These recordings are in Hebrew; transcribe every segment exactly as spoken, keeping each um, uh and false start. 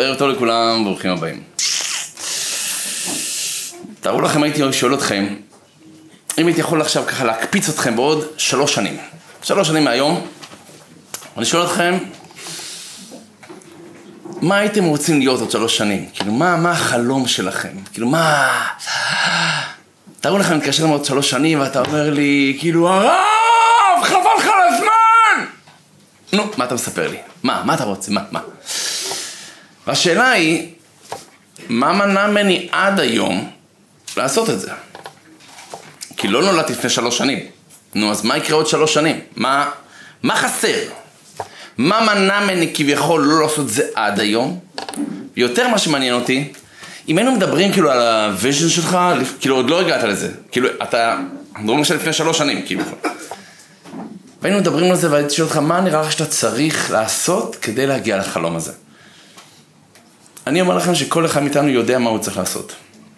ערב טוב לכולם, ברוכים הבאים. תראו לכם, הייתי שואל אתכם, אם הייתי יכול עכשיו ככה להקפיץ אתכם בעוד שלוש שנים. שלוש שנים מהיום, אני שואל אתכם, מה הייתם רוצים להיות עוד שלוש שנים? כאילו, מה, מה החלום שלכם? כאילו, מה... תראו לכם, מתקשר עוד שלוש שנים, ואתה אומר לי, כאילו, הרב, חבל לך על הזמן! נו, מה אתה מספר לי? מה, מה אתה רוצה? מה, מה? והשאלה היא, מה מנע ממני עד היום לעשות את זה? כי לא נולד לפני שלוש שנים. נו, אז מה יקרה עוד שלוש שנים? מה, מה חסר? מה מנע ממני כביכול לא לעשות זה עד היום? יותר מה שמעניין אותי, אם היינו מדברים כאילו על הוויז'ן שלך, כאילו עוד לא הגעת לזה. כאילו, אתה, לא משל לפני שלוש שנים, כאילו. והיינו מדברים על זה והייתי שואל אותך, מה נראה לך שאתה צריך לעשות כדי להגיע לחלום הזה? אני אומר לכם שכל אחד מאיתנו יודע מה הוא צריך לעשות.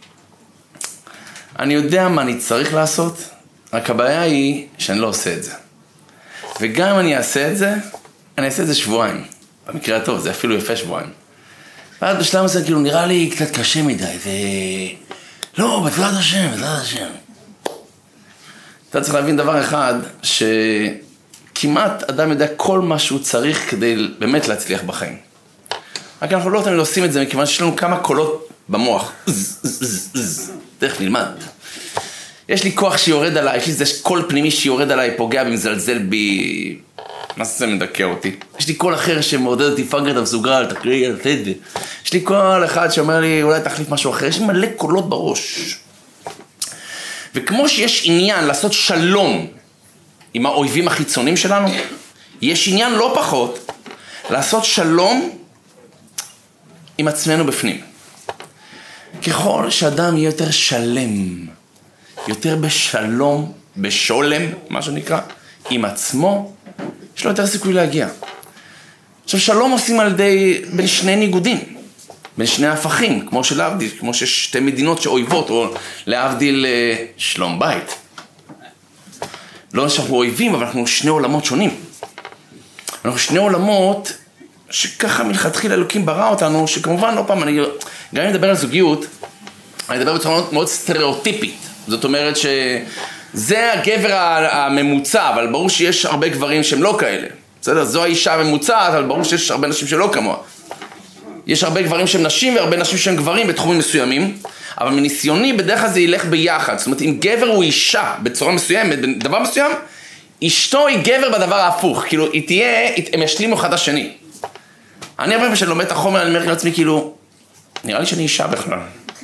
אני יודע מה אני צריך לעשות, רק הבעיה היא שאני לא עושה את זה. וגם אם אני אעשה את זה, אני אעשה את זה שבועיים. במקרה הטוב, זה אפילו יפה שבועיים. ואז בשלב הזה כאילו נראה לי קצת קשה מדי, ו... לא, בתפילת השם, בתפילת השם. אתה צריך להבין דבר אחד, שכמעט אדם יודע כל מה שהוא צריך כדי באמת להצליח בחיים. רק אנחנו לא תמיד עושים את זה, מכיוון שיש לנו כמה קולות במוח. תכף נלמד. יש לי כוח שיורד עליי, יש לי איזה קול פנימי שיורד עליי, פוגע במזלזל בי... מה זה מדכא אותי? יש לי קול אחר שמעודד אותי, פגר את המסוגל, תקריא, תדע. יש לי קול אחד שאומר לי, אולי תחליף משהו אחר. יש לי מלא קולות בראש. וכמו שיש עניין לעשות שלום עם האויבים החיצונים שלנו, יש עניין לא פחות לעשות שלום עם עצמנו בפנים. ככל שאדם יהיה יותר שלם, יותר בשלום, בשולם, מה שנקרא, עם עצמו, יש לו יותר סיכוי להגיע. עכשיו, שלום עושים על ידי בין שני ניגודים, בין שני הפכים, כמו שלהבדיל, כמו שיש שתי מדינות שאויבות, או להבדיל שלום בית. לא שאנחנו אויבים, אבל אנחנו שני עולמות שונים. אנחנו שני עולמות שככה מלכתחילה אלוקים ברא אותנו, שכמובן, לא פעם, אני, גם אם מדבר על זוגיות, אני מדבר בצורה מאוד, מאוד סטריאוטיפית. זאת אומרת שזה הגבר הממוצע, אבל ברור שיש הרבה גברים שהם לא כאלה. בסדר? זו האישה הממוצעת, אבל ברור שיש הרבה נשים שלא כמוה. יש הרבה גברים שהם נשים והרבה נשים שהם גברים בתחומים מסוימים, אבל מניסיוני בדרך כלל זה ילך ביחד. זאת אומרת, אם גבר הוא אישה בצורה מסוימת, בדבר מסוים, אשתו היא גבר בדבר ההפוך. כאילו, היא תהיה, הם ישלימו אחד השני. אני הרבה פעמים שאני לומד את החומר, אני אומר לעצמי, כאילו, נראה לי שאני אישה בכלל.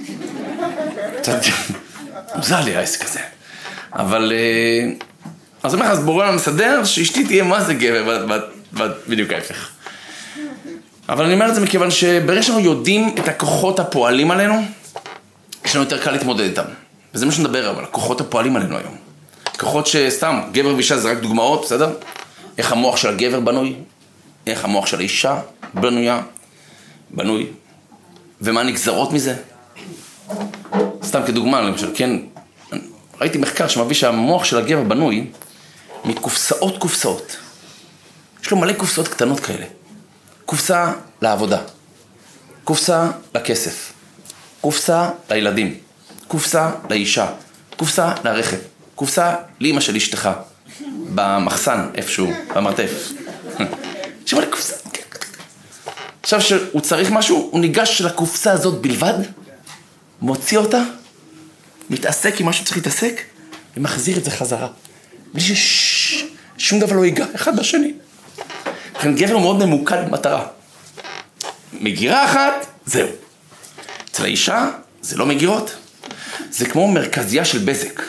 מוזר לי העסק הזה. אבל, אז אומר לך, אז בורא המסדר, שאשתי תהיה מה זה גבר, בדיוק ההפך. אבל אני אומר את זה מכיוון שברגע שאנחנו יודעים את הכוחות הפועלים עלינו, יש לנו יותר קל להתמודד איתם. וזה מה שנדבר, אבל הכוחות הפועלים עלינו היום. כוחות שסתם, גבר ואישה זה רק דוגמאות, בסדר? איך המוח של הגבר בנוי, איך המוח של האישה בנויה, בנוי, ומה נגזרות מזה. סתם כדוגמה, למשל, כן, ראיתי מחקר שמביא שהמוח של הגבר בנוי מקופסאות קופסאות. יש לו מלא קופסאות קטנות כאלה. קופסה לעבודה, קופסה לכסף, קופסה לילדים, קופסה לאישה, קופסה לרכב, קופסה לאמא של אשתך, במחסן איפשהו, במרתף. יש מלא קופסה. עכשיו שהוא צריך משהו, הוא ניגש לקופסה הזאת בלבד, מוציא אותה, מתעסק עם משהו צריך להתעסק, ומחזיר את זה חזרה. בלי ששום דבר לא ייגע אחד בשני. לכן גבר הוא מאוד ממוקד במטרה. מגירה אחת, זהו. אצל האישה, זה לא מגירות. זה כמו מרכזייה של בזק.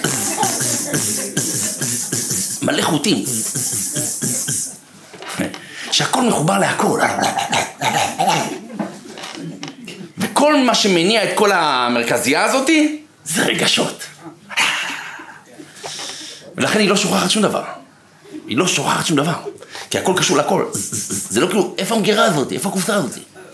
מלא חוטים. שהכל מחובר להכל. וכל מה שמניע את כל המרכזייה הזאת, זה רגשות. ולכן היא לא שוכחת שום דבר. היא לא שוכחת שום דבר. כי הכל קשור להכל. זה לא כאילו, איפה המגירה הזאת? איפה הקופסה הזאת?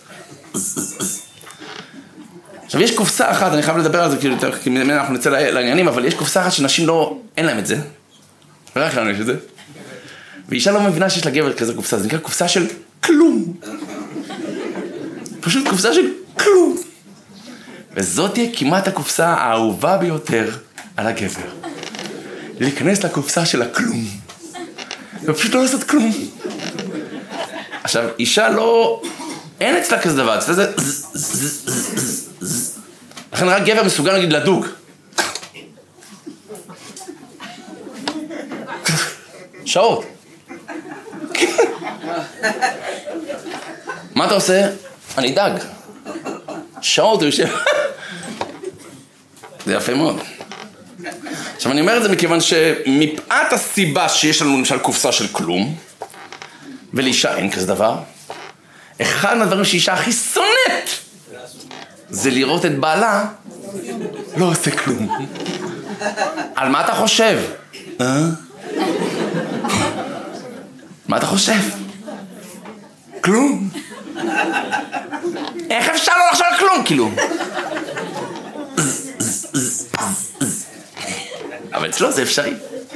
עכשיו, יש קופסה אחת, אני חייב לדבר על זה, כאילו, כי אנחנו נצא לעניינים, אבל יש קופסה אחת שנשים לא, אין להם את זה. ורק לנו יש את זה. ואישה לא מבינה שיש לה גבר כזה קופסה, זה נקרא קופסה של כלום. פשוט קופסה של כלום. וזאת תהיה כמעט הקופסה האהובה ביותר על הגבר. להיכנס לקופסה של הכלום. ופשוט לא לעשות כלום. עכשיו, אישה לא... אין אצלה כזה דבר, אצלה זה... לכן רק גבר מסוגל להגיד לדוג. שעות. מה אתה עושה? אני דג. שעות הוא יושב. זה יפה מאוד. עכשיו אני אומר את זה מכיוון שמפאת הסיבה שיש לנו למשל קופסה של כלום, ולאישה אין כזה דבר, אחד מהדברים שאישה הכי שונאת זה לראות את בעלה לא עושה כלום. על מה אתה חושב? אה? מה אתה חושב? כלום. איך אפשר לא לחשוב על כלום, כאילו? אבל אצלו זה אפשרי.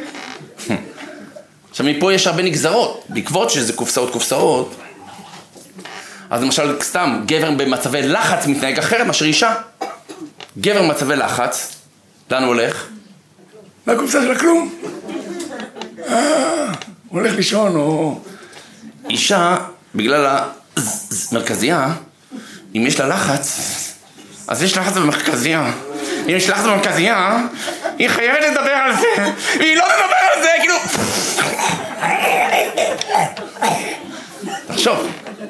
עכשיו מפה יש הרבה נגזרות, בעקבות שזה קופסאות קופסאות. אז למשל סתם גבר במצבי לחץ מתנהג אחרת מאשר אישה. גבר במצבי לחץ, לאן הוא הולך? לקופסה של הכלום. אה, הוא הולך לישון או... אישה, בגלל המרכזייה, אם יש לה לחץ, אז יש לחץ במרכזייה. אם יש לחץ במרכזייה, היא חייבת לדבר על זה, והיא לא מדבר על זה, כאילו... תחשוב.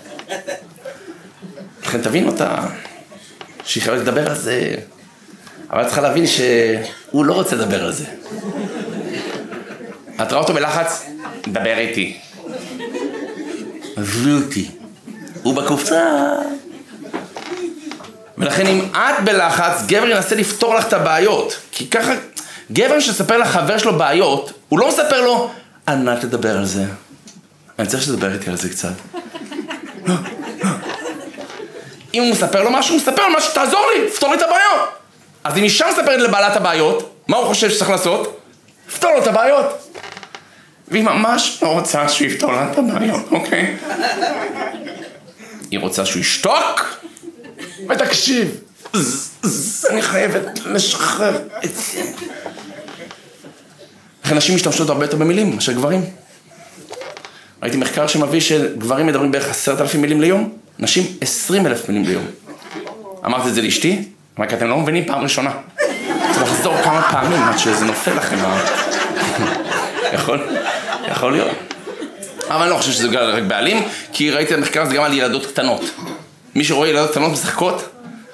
לכן תבין אותה, שהיא חייבת לדבר על זה, אבל את צריכה להבין שהוא לא רוצה לדבר על זה. את רואה אותו בלחץ? דבר איתי. עזבי אותי. הוא בקופסה. ולכן אם את בלחץ, גבר ינסה לפתור לך את הבעיות. כי ככה, גבר שספר לחבר שלו בעיות, הוא לא מספר לו, על מה תדבר על זה? אני צריך שתדבר איתי על זה קצת. לא, לא. אם הוא מספר לו משהו, הוא מספר לו משהו, תעזור לי, פתור לי את הבעיות. אז אם אישה מספרת לבעלת הבעיות, מה הוא חושב שצריך לעשות? פתור לו את הבעיות. והיא ממש לא רוצה שהוא יפתור לה את הבעיות, אוקיי? היא רוצה שהוא ישתוק ותקשיב. אני חייבת לשחרר את זה. אנשים משתמשות הרבה יותר במילים מאשר גברים. ראיתי מחקר שמביא שגברים מדברים בערך עשרת אלפים מילים ליום, נשים עשרים אלף מילים ליום. אמרתי את זה לאשתי, אמרתי, אתם לא מבינים פעם ראשונה. צריך לחזור כמה פעמים עד שזה נופל לכם. יכול, יכול להיות. אבל אני לא חושב שזה רק בעלים, כי ראיתי את המחקר הזה גם על ילדות קטנות. מי שרואה ילדות קטנות משחקות,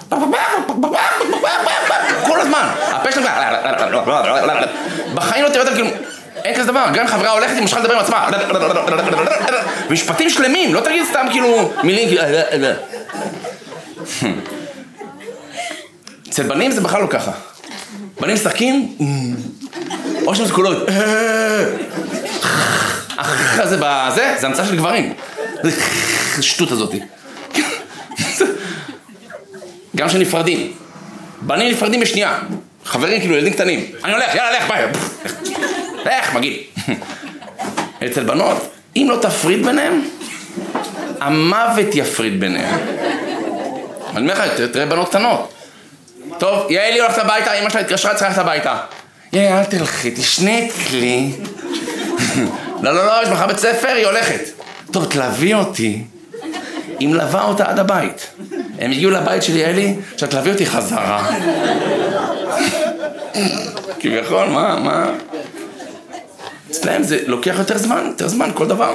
כל הזמן, הפה שלהם, בחיים לא תראה אותם כאילו, אין כזה דבר, גם חברה הולכת עם משכה לדבר עם עצמה, ומשפטים שלמים, לא תגיד סתם כאילו מילים כאילו, אצל בנים זה בכלל לא ככה. בנים משחקים, או שהם קולות, אחרי זה בזה, זה המצאה של גברים. זה שטות הזאת. גם שנפרדים. בנים נפרדים בשנייה. חברים כאילו, ילדים קטנים. אני הולך, יאללה, לך, ביי. לך, מגיל. אצל בנות, אם לא תפריד ביניהם, המוות יפריד ביניהם. אני אומר לך, תראה בנות קטנות. טוב, יעלי הולכת הביתה, אמא שלה התקשרה, צריכה ללכת הביתה. יאללה, אל תלכי, תשני אצלי. לא, לא, לא, יש מחר בית ספר, היא הולכת. טוב, תלווי אותי. היא מלווה אותה עד הבית. הם הגיעו לבית של יעלי, שתלווי אותי חזרה. כביכול, מה, מה? אצלהם זה לוקח יותר זמן, יותר זמן, כל דבר.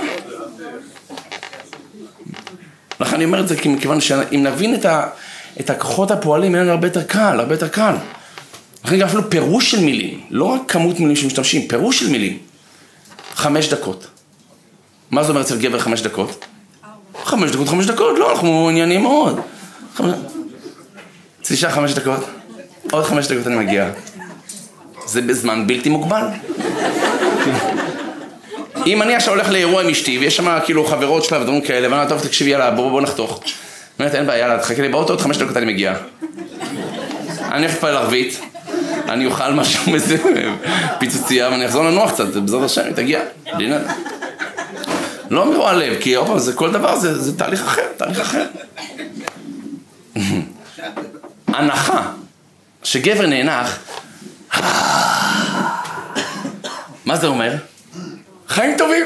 לכן אני אומר את זה, מכיוון שאם נבין את ה... את הכוחות הפועלים, אין לנו הרבה יותר קל, הרבה יותר קל. לכן גם אפילו פירוש של מילים, לא רק כמות מילים שמשתמשים, פירוש של מילים. חמש דקות. מה זה אומר אצל גבר חמש דקות? חמש דקות, חמש דקות, לא, אנחנו עניינים מאוד. אצל אישה חמש דקות, עוד חמש דקות אני מגיע. זה בזמן בלתי מוגבל. אם אני עכשיו הולך לאירוע עם אשתי, ויש שם כאילו חברות שלה ודברים כאלה, ואני טוב, תקשיבי, יאללה, בוא, בוא נחתוך. באמת, אין בעיה, יאללה, תחכה לי באוטו, עוד חמש דקות אני מגיע. אני הולך פה לערבית, אני אוכל משהו מזה, פיצוצייה, ואני אחזור לנוח קצת, זה בעזרת השם, היא תגיע, בלי נדע. לא מרוע לב, כי אופה, זה כל דבר, זה, זה תהליך אחר, תהליך אחר. הנחה, שגבר נאנח, מה זה אומר? חיים טובים.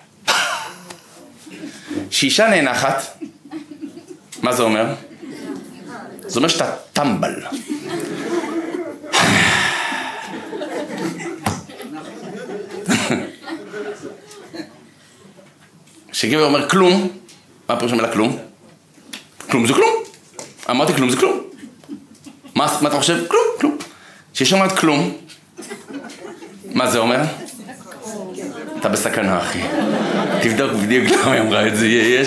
שאישה נאנחת, מה זה אומר? זה אומר שאתה טמבל. כשגבר אומר כלום, מה פירוש המילה כלום? כלום זה כלום. אמרתי כלום זה כלום. מה, מה אתה חושב? כלום, כלום. כשאישה אומרת כלום, מה זה אומר? אתה בסכנה, אחי. תבדוק בדיוק למה היא אמרה את זה, יש...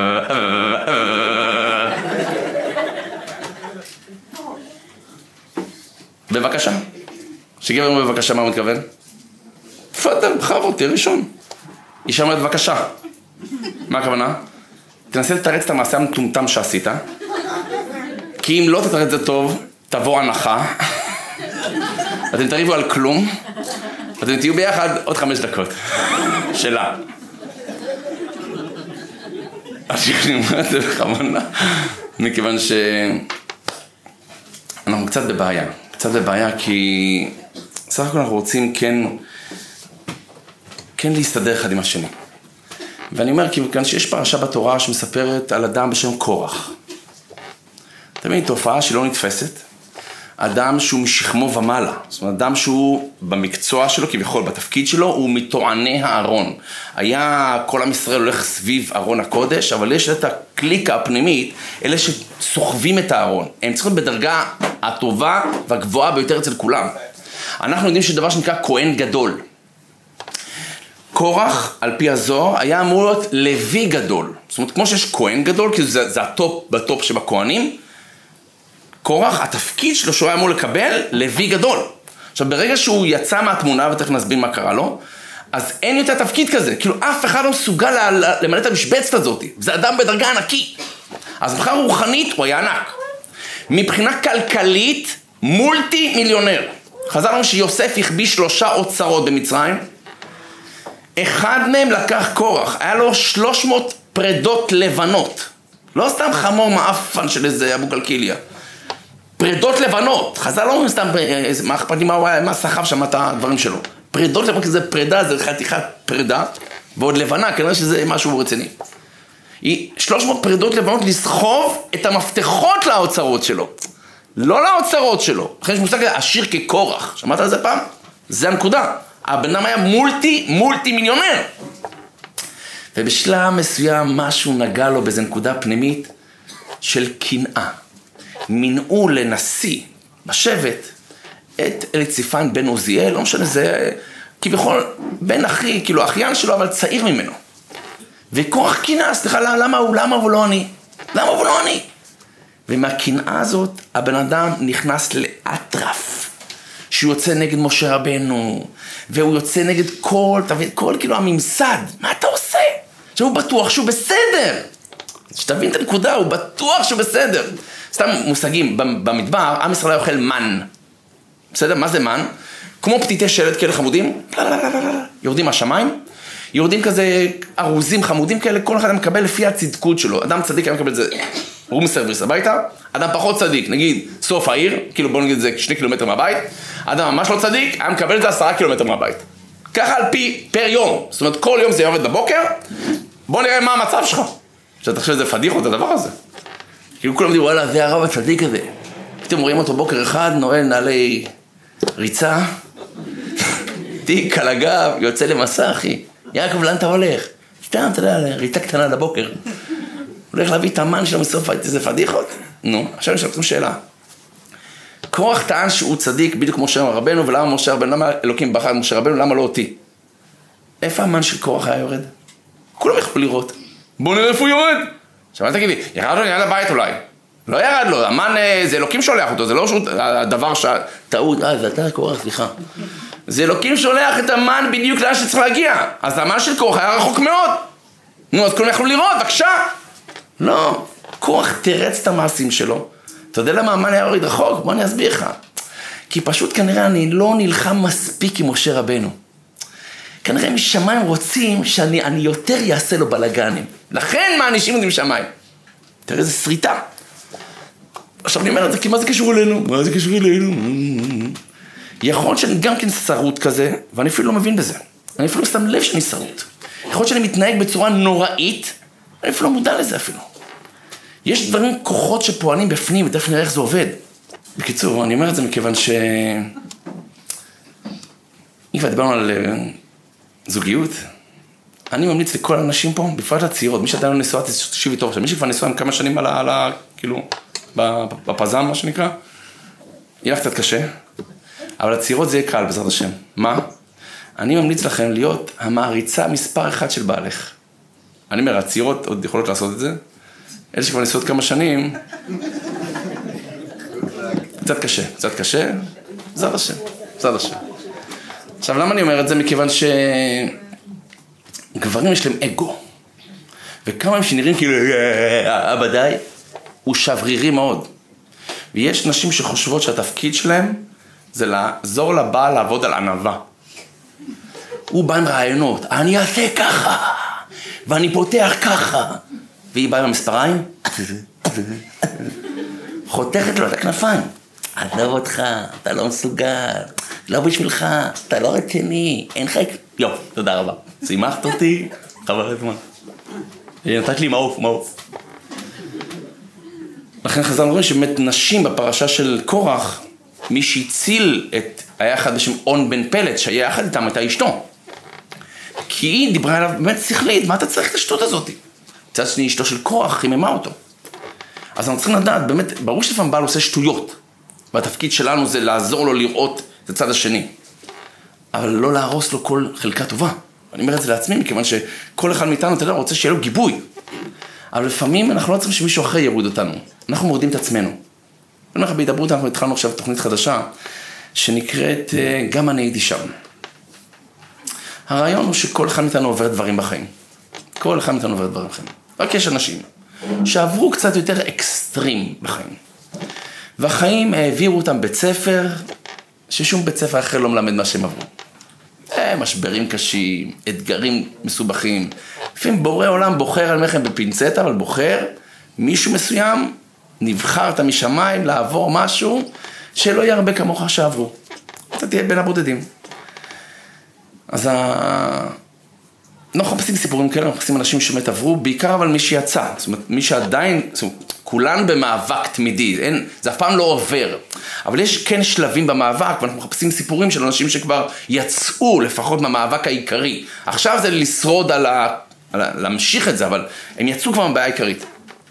בבקשה. כשגבר אומר בבקשה, מה הוא מתכוון? תפאדל, בכבוד, תהיה ראשון. אישה אומרת בבקשה. מה הכוונה? תנסה לתרץ את המעשה המטומטם שעשית, כי אם לא תתרץ את זה טוב, תבוא הנחה, אתם תריבו על כלום, אתם תהיו ביחד עוד חמש דקות. שלה. אני אומר את זה בכוונה, מכיוון שאנחנו קצת בבעיה. קצת בבעיה כי סך הכל אנחנו רוצים כן, כן להסתדר אחד עם השני. ואני אומר, כי כאן שיש פרשה בתורה שמספרת על אדם בשם קורח. תמיד תופעה שלא נתפסת. אדם שהוא משכמו ומעלה. זאת אומרת, אדם שהוא במקצוע שלו, כביכול, בתפקיד שלו, הוא מטועני הארון. היה כל עם ישראל הולך סביב ארון הקודש, אבל יש את הקליקה הפנימית, אלה שסוחבים את הארון. הם צריכים בדרגה הטובה והגבוהה ביותר אצל כולם. אנחנו יודעים שדבר שנקרא כהן גדול. קורח, על פי הזוהר, היה אמור להיות לוי גדול. זאת אומרת, כמו שיש כהן גדול, כי זה, זה הטופ בטופ שבכהנים, קורח, התפקיד שלו שהוא היה אמור לקבל, לוי גדול. עכשיו, ברגע שהוא יצא מהתמונה, ותכף נסביר מה קרה לו, אז אין יותר תפקיד כזה. כאילו, אף אחד לא מסוגל למלא את המשבצת הזאת. זה אדם בדרגה ענקי. אז מבחינה רוחנית, הוא היה ענק. מבחינה כלכלית, מולטי מיליונר. חזר לנו שיוסף הכביא שלושה אוצרות במצרים, אחד מהם לקח קורח, היה לו שלוש מאות פרדות לבנות. לא סתם חמור מאפן של איזה אבו קלקיליה. פרדות לבנות. חזר לא סתם, מה אכפת לי מה סחב שם את הדברים שלו. פרדות לבנות, כי זה פרדה, זה חתיכת פרדה, ועוד לבנה, כנראה שזה משהו רציני. היא שלוש מאות פרדות לבנות לסחוב את המפתחות לאוצרות שלו. לא לאוצרות שלו. לכן יש מושג עשיר כקורח. שמעת על זה פעם? זה הנקודה. הבן אדם היה מולטי, מולטי מיליונר. ובשלב מסוים משהו נגע לו באיזו נקודה פנימית של קנאה. מנעו לנשיא בשבט את אליציפן בן עוזיאל, לא משנה, זה כביכול בן אחי, כאילו אחיין שלו, אבל צעיר ממנו. וקורח קנאה, סליחה, למה הוא, למה הוא לא אני? למה הוא לא אני? ומהקנאה הזאת הבן אדם נכנס לאטרף. שהוא יוצא נגד משה רבנו, והוא יוצא נגד כל, תבין, כל כאילו הממסד, מה אתה עושה? שהוא בטוח שהוא בסדר. שתבין את הנקודה, הוא בטוח שהוא בסדר. סתם מושגים, במדבר, עם ישראל אוכל מן. בסדר? מה זה מן? כמו פתיתי שלט כאלה חמודים, יורדים מהשמיים, יורדים כזה ארוזים חמודים כאלה, כל אחד מקבל לפי הצדקות שלו. אדם צדיק היה מקבל את זה רום סרוויס הביתה, אדם פחות צדיק, נגיד סוף העיר, כאילו בוא נגיד את זה שני קילומטר מהבית, אדם ממש לא צדיק, היה מקבל את זה עשרה קילומטר מהבית. ככה על פי פר יום, זאת אומרת כל יום זה יורד בבוקר, בוא נראה מה המצב שלך. שאתה חושב שזה פדיחות את הדבר הזה. כאילו כולם דיברו, וואלה, זה הרב הצדיק הזה. פתאום רואים אותו בוקר אחד, נועל נעלי ריצה, תיק על הגב, יוצא למסע, אחי. יעקב, לאן אתה הולך? סתם, אתה יודע, ריצה קטנה לבוקר. הולך להביא את המן שלו מסוף, איזה פדיחות? נו, עכשיו יש לכם שאלה. קורח טען שהוא צדיק בדיוק כמו משה רבנו, ולמה משה רבנו, למה אלוקים בחר משה רבנו, למה לא אותי? איפה המן של קורח היה יורד? כולם יכולו לראות. בוא נראה איפה הוא יורד. עכשיו אל תגידי, ירד לו ירד לבית אולי. לא ירד לו, המן זה אלוקים שולח אותו, זה לא הדבר שהטעות, אה, זה אתה קורח, סליחה. זה אלוקים שולח את המן בדיוק לאן שצריך להגיע. אז המן של קורח היה רחוק מאוד. נו, אז כולם יכולו לראות, בבקשה. לא, קורח תרץ את המעשים שלו. אתה יודע למה המן היה יורד רחוק? בוא אני אסביר לך. כי פשוט כנראה אני לא נלחם מספיק עם משה רבנו. כנראה משמיים רוצים שאני אני יותר יעשה לו בלגנים. לכן מענישים אותי משמיים. תראה איזה שריטה. עכשיו אני אומר את זה, כי מה זה קשור אלינו? מה זה קשור אלינו? יכול להיות שאני גם כן שרוט כזה, ואני אפילו לא מבין בזה. אני אפילו שם לב שאני שרוט. יכול להיות שאני מתנהג בצורה נוראית, אני אפילו לא מודע לזה אפילו. יש דברים, כוחות שפועלים בפנים, ותכף נראה איך זה עובד. בקיצור, אני אומר את זה מכיוון ש... אם כבר דיברנו על זוגיות, אני ממליץ לכל האנשים פה, בפרט לצעירות, מי שעדיין לא נשואה, תשיב איתו עכשיו, מי שכבר נשואה עם כמה שנים על ה... על ה... כאילו, בפזם, מה שנקרא, יהיה לך קצת קשה, אבל הצעירות זה יהיה קל, בעזרת השם. מה? אני ממליץ לכם להיות המעריצה מספר אחד של בעלך. אני אומר, הצעירות עוד יכולות לעשות את זה, אלה שכבר נשואות כמה שנים, קצת קשה, קצת קשה, בעזרת השם, בעזרת השם. עכשיו, למה אני אומר את זה? מכיוון שגברים יש להם אגו. וכמה הם שנראים כאילו, אבא די, הוא שברירי מאוד. ויש נשים שחושבות שהתפקיד שלהם זה לעזור לבעל לעבוד על ענווה. הוא בא עם רעיונות, אני אעשה ככה, ואני פותח ככה. והיא באה עם המספריים, חותכת לו את הכנפיים. עזוב אותך, אתה לא מסוגל, לא בשבילך, אתה לא רציני, אין לך... יופ, תודה רבה. שימחת אותי, חבל הזמן. נתת לי מעוף, מעוף. לכן חז"ל אומרים שבאמת נשים בפרשה של קורח, מי שהציל את, היה אחד בשם און בן פלט, שהיה יחד איתם, הייתה אשתו. כי היא דיברה עליו באמת שכלית, מה אתה צריך את השטות הזאת? מצד שני, אשתו של קורח חיממה אותו. אז אנחנו צריכים לדעת, באמת, ברור שלפעמים בעל עושה שטויות, והתפקיד שלנו זה לעזור לו לראות את הצד השני. אבל לא להרוס לו כל חלקה טובה. אני אומר את זה לעצמי, מכיוון שכל אחד מאיתנו, אתה יודע, רוצה שיהיה לו גיבוי. אבל לפעמים אנחנו לא צריכים שמישהו אחר יוריד אותנו. אנחנו מורדים את עצמנו. אני אומר לך, בהידברות אנחנו התחלנו עכשיו תוכנית חדשה, שנקראת גם אני הייתי שם. הרעיון הוא שכל אחד מאיתנו עובר דברים בחיים. כל אחד מאיתנו עובר דברים בחיים. רק יש אנשים שעברו קצת יותר אקסטרים בחיים. והחיים העבירו אותם בית ספר, ששום בית ספר אחר לא מלמד מה שהם עברו. משברים קשים, אתגרים מסובכים. לפעמים בורא עולם בוחר על מכם בפינצטה, אבל בוחר מישהו מסוים, נבחרת משמיים לעבור משהו שלא יהיה הרבה כמוך שעברו. אתה תהיה בין הבודדים. אז ה... אנחנו מחפשים סיפורים כאלה, אנחנו מחפשים אנשים שבאמת עברו, בעיקר אבל מי שיצא, זאת אומרת, מי שעדיין, זאת אומרת, כולן במאבק תמידי, אין, זה אף פעם לא עובר. אבל יש כן שלבים במאבק, ואנחנו מחפשים סיפורים של אנשים שכבר יצאו לפחות מהמאבק העיקרי. עכשיו זה לשרוד על ה... על ה... להמשיך את זה, אבל הם יצאו כבר מהבעיה העיקרית.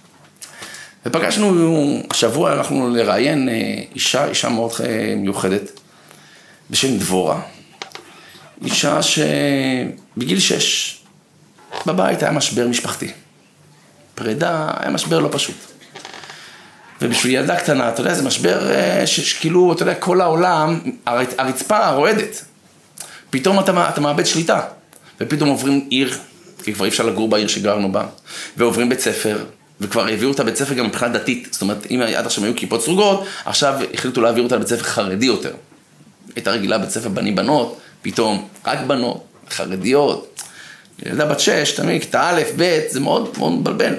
ופגשנו, השבוע אנחנו לראיין אישה, אישה מאוד מיוחדת, בשם דבורה. אישה שבגיל שש, בבית היה משבר משפחתי. פרידה היה משבר לא פשוט. ובשביל ילדה קטנה, אתה יודע, זה משבר שכאילו, אתה יודע, כל העולם, הרצפה רועדת. פתאום אתה, אתה מאבד שליטה. ופתאום עוברים עיר, כי כבר אי אפשר לגור בעיר שגרנו בה, ועוברים בית ספר, וכבר הביאו אותה בית ספר גם מבחינה דתית. זאת אומרת, אם עד עכשיו היו כיפות סרוגות, עכשיו החליטו להעביר אותה לבית ספר חרדי יותר. הייתה רגילה בית ספר בנים בנות, פתאום רק בנות, חרדיות. ילדה בת שש, תמיד, כתה א', ב', זה מאוד מאוד מבלבל.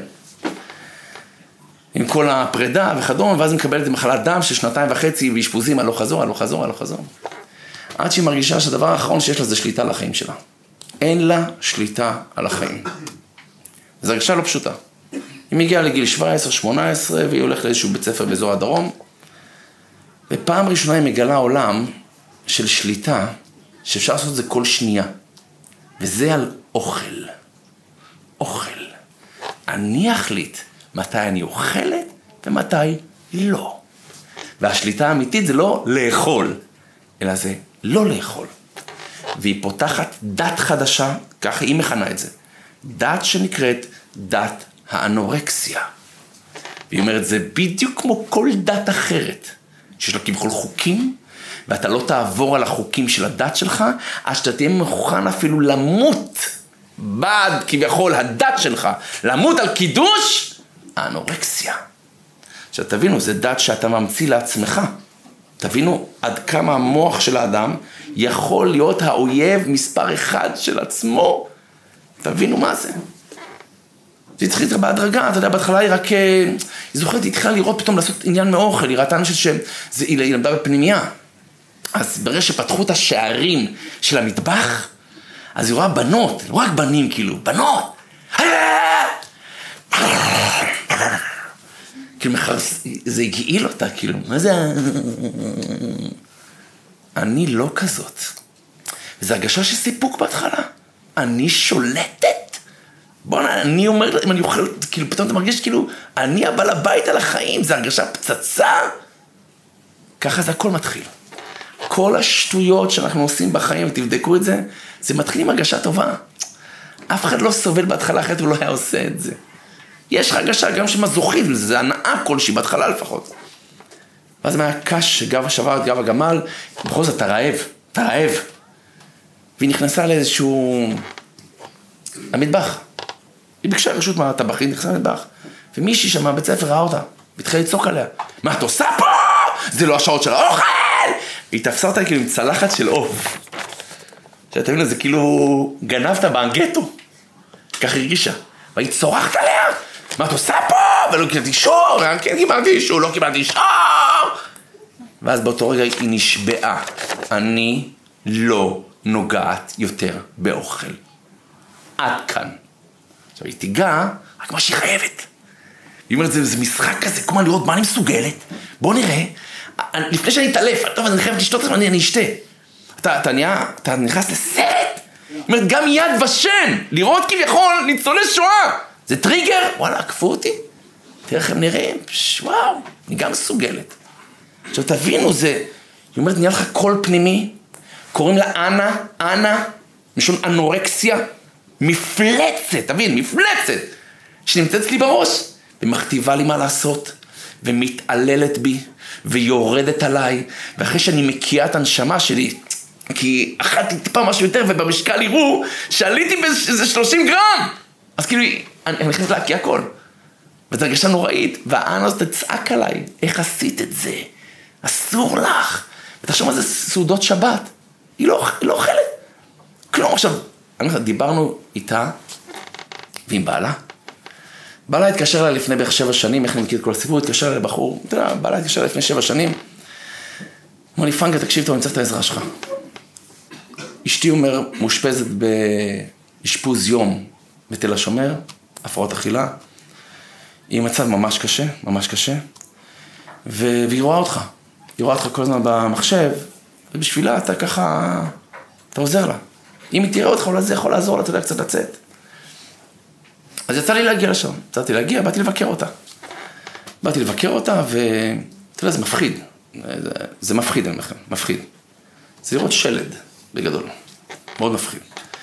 עם כל הפרידה וכדומה, ואז היא מקבלת מחלת דם של שנתיים וחצי, ואשפוזים, הלוך חזור, הלוך חזור, הלוך חזור. עד שהיא מרגישה שהדבר האחרון שיש לה זה שליטה על החיים שלה. אין לה שליטה על החיים. זו הרגישה לא פשוטה. היא מגיעה לגיל שבע עשרה שמונה עשרה, והיא הולכת לאיזשהו בית ספר באזור הדרום, ופעם ראשונה היא מגלה עולם של שליטה, שאפשר לעשות את זה כל שנייה. וזה על אוכל. אוכל. אני אחליט מתי אני אוכלת ומתי לא. והשליטה האמיתית זה לא לאכול, אלא זה לא לאכול. והיא פותחת דת חדשה, ככה היא מכנה את זה. דת שנקראת דת האנורקסיה. והיא אומרת, זה בדיוק כמו כל דת אחרת, שיש לה כביכול חוקים, ואתה לא תעבור על החוקים של הדת שלך, אז שאתה תהיה מוכן אפילו למות בעד כביכול הדת שלך, למות על קידוש האנורקסיה. עכשיו תבינו, זה דת שאתה ממציא לעצמך. תבינו עד כמה המוח של האדם יכול להיות האויב מספר אחד של עצמו. תבינו מה זה. זה התחיל איתה בהדרגה, אתה יודע, בהתחלה היא רק, היא זוכרת, היא התחילה לראות פתאום לעשות עניין מאוכל, היא ראתה אנשים שהיא למדה בפנימיה. אז ברגע שפתחו את השערים של המטבח, אז היא רואה בנות, לא רק בנים כאילו, בנות! כאילו, זה הגעיל אותה, כאילו, מה זה? אני לא כזאת. וזו הרגשה של סיפוק בהתחלה. אני שולטת. בוא, אני אומר, אם אני אוכל, כאילו, פתאום אתה מרגיש כאילו, אני הבעל הבית על החיים, זו הרגשה פצצה. ככה זה הכל מתחיל. כל השטויות שאנחנו עושים בחיים, ותבדקו את זה, זה מתחיל עם הרגשה טובה. אף אחד לא סובל בהתחלה אחרת, הוא לא היה עושה את זה. יש הרגשה גם שמזוכית, זה הנאה כלשהי, בהתחלה לפחות. ואז מה היה קש שגב שבר את גב הגמל, בכל זאת, אתה רעב, אתה רעב. והיא נכנסה לאיזשהו... המטבח. היא ביקשה רשות מהטבחית, נכנסה למטבח. ומישהי שם מהבית ספר ראה אותה, והתחילה לצעוק עליה. מה את עושה פה? זה לא השעות של האוכל! והיא תפסה אותה כאילו עם צלחת של עוף. שאתה מבין, זה כאילו גנבת באנגטו. כך הרגישה. והיא צורחת עליה. מה את עושה פה? ולא קיבלתי אישור, כן קיבלתי אישור, לא קיבלתי אישור. ואז באותו רגע היא נשבעה. אני לא נוגעת יותר באוכל. עד כאן. עכשיו היא תיגע, רק מה שהיא חייבת. היא אומרת, זה, זה משחק כזה, כמו לראות מה אני מסוגלת. בוא נראה. לפני שאני אתעלף, טוב, אני חייבת לשתות את זה, אני אשתה. אתה, אתה נהיה, אתה נכנס לסרט. היא אומרת, גם יד ושן, לראות כביכול ניצולי שואה. זה טריגר? וואלה, עקפו אותי. תראה איך הם נראים, פש, וואו, אני גם מסוגלת. עכשיו תבינו, זה, היא אומרת, נהיה לך קול פנימי, קוראים לה אנה, אנה, משון אנורקסיה, מפלצת, תבין, מפלצת, שנמצאת לי בראש, ומכתיבה לי מה לעשות, ומתעללת בי, ויורדת עליי, ואחרי שאני מקיאה את הנשמה שלי, כי אכלתי טיפה משהו יותר, ובמשקל יראו שעליתי באיזה שלושים גרם, אז כאילו, אני נכנס להקיע הכל. וזו הרגשה נוראית, והאנה הזאת תצעק עליי, איך עשית את זה? אסור לך. ותחשוב מה זה סעודות שבת. היא לא, היא לא אוכלת. כלום, עכשיו, דיברנו איתה, ועם בעלה. בעלה התקשר לה לפני בערך שבע שנים, איך אני מכיר את כל הסיפור, התקשר לה לבחור, אתה יודע, בעלה התקשר לה לפני שבע שנים. אמר לי, פנקה, תקשיב טוב, אני צריך את העזרה שלך. אשתי אומר, מושפזת באשפוז יום בתל השומר, הפרעות אכילה. היא מצב ממש קשה, ממש קשה. ו... והיא רואה אותך. היא רואה אותך כל הזמן במחשב, ובשבילה אתה ככה, אתה עוזר לה. אם היא תראה אותך, אולי זה יכול לעזור לה, אתה יודע, קצת לצאת. אז יצא לי להגיע לשם. יצאתי להגיע, באתי לבקר אותה. באתי לבקר אותה, ואתה יודע, זה מפחיד. זה, זה מפחיד, אני אומר, מפחיד. זה לראות שלד, בגדול. מאוד מפחיד.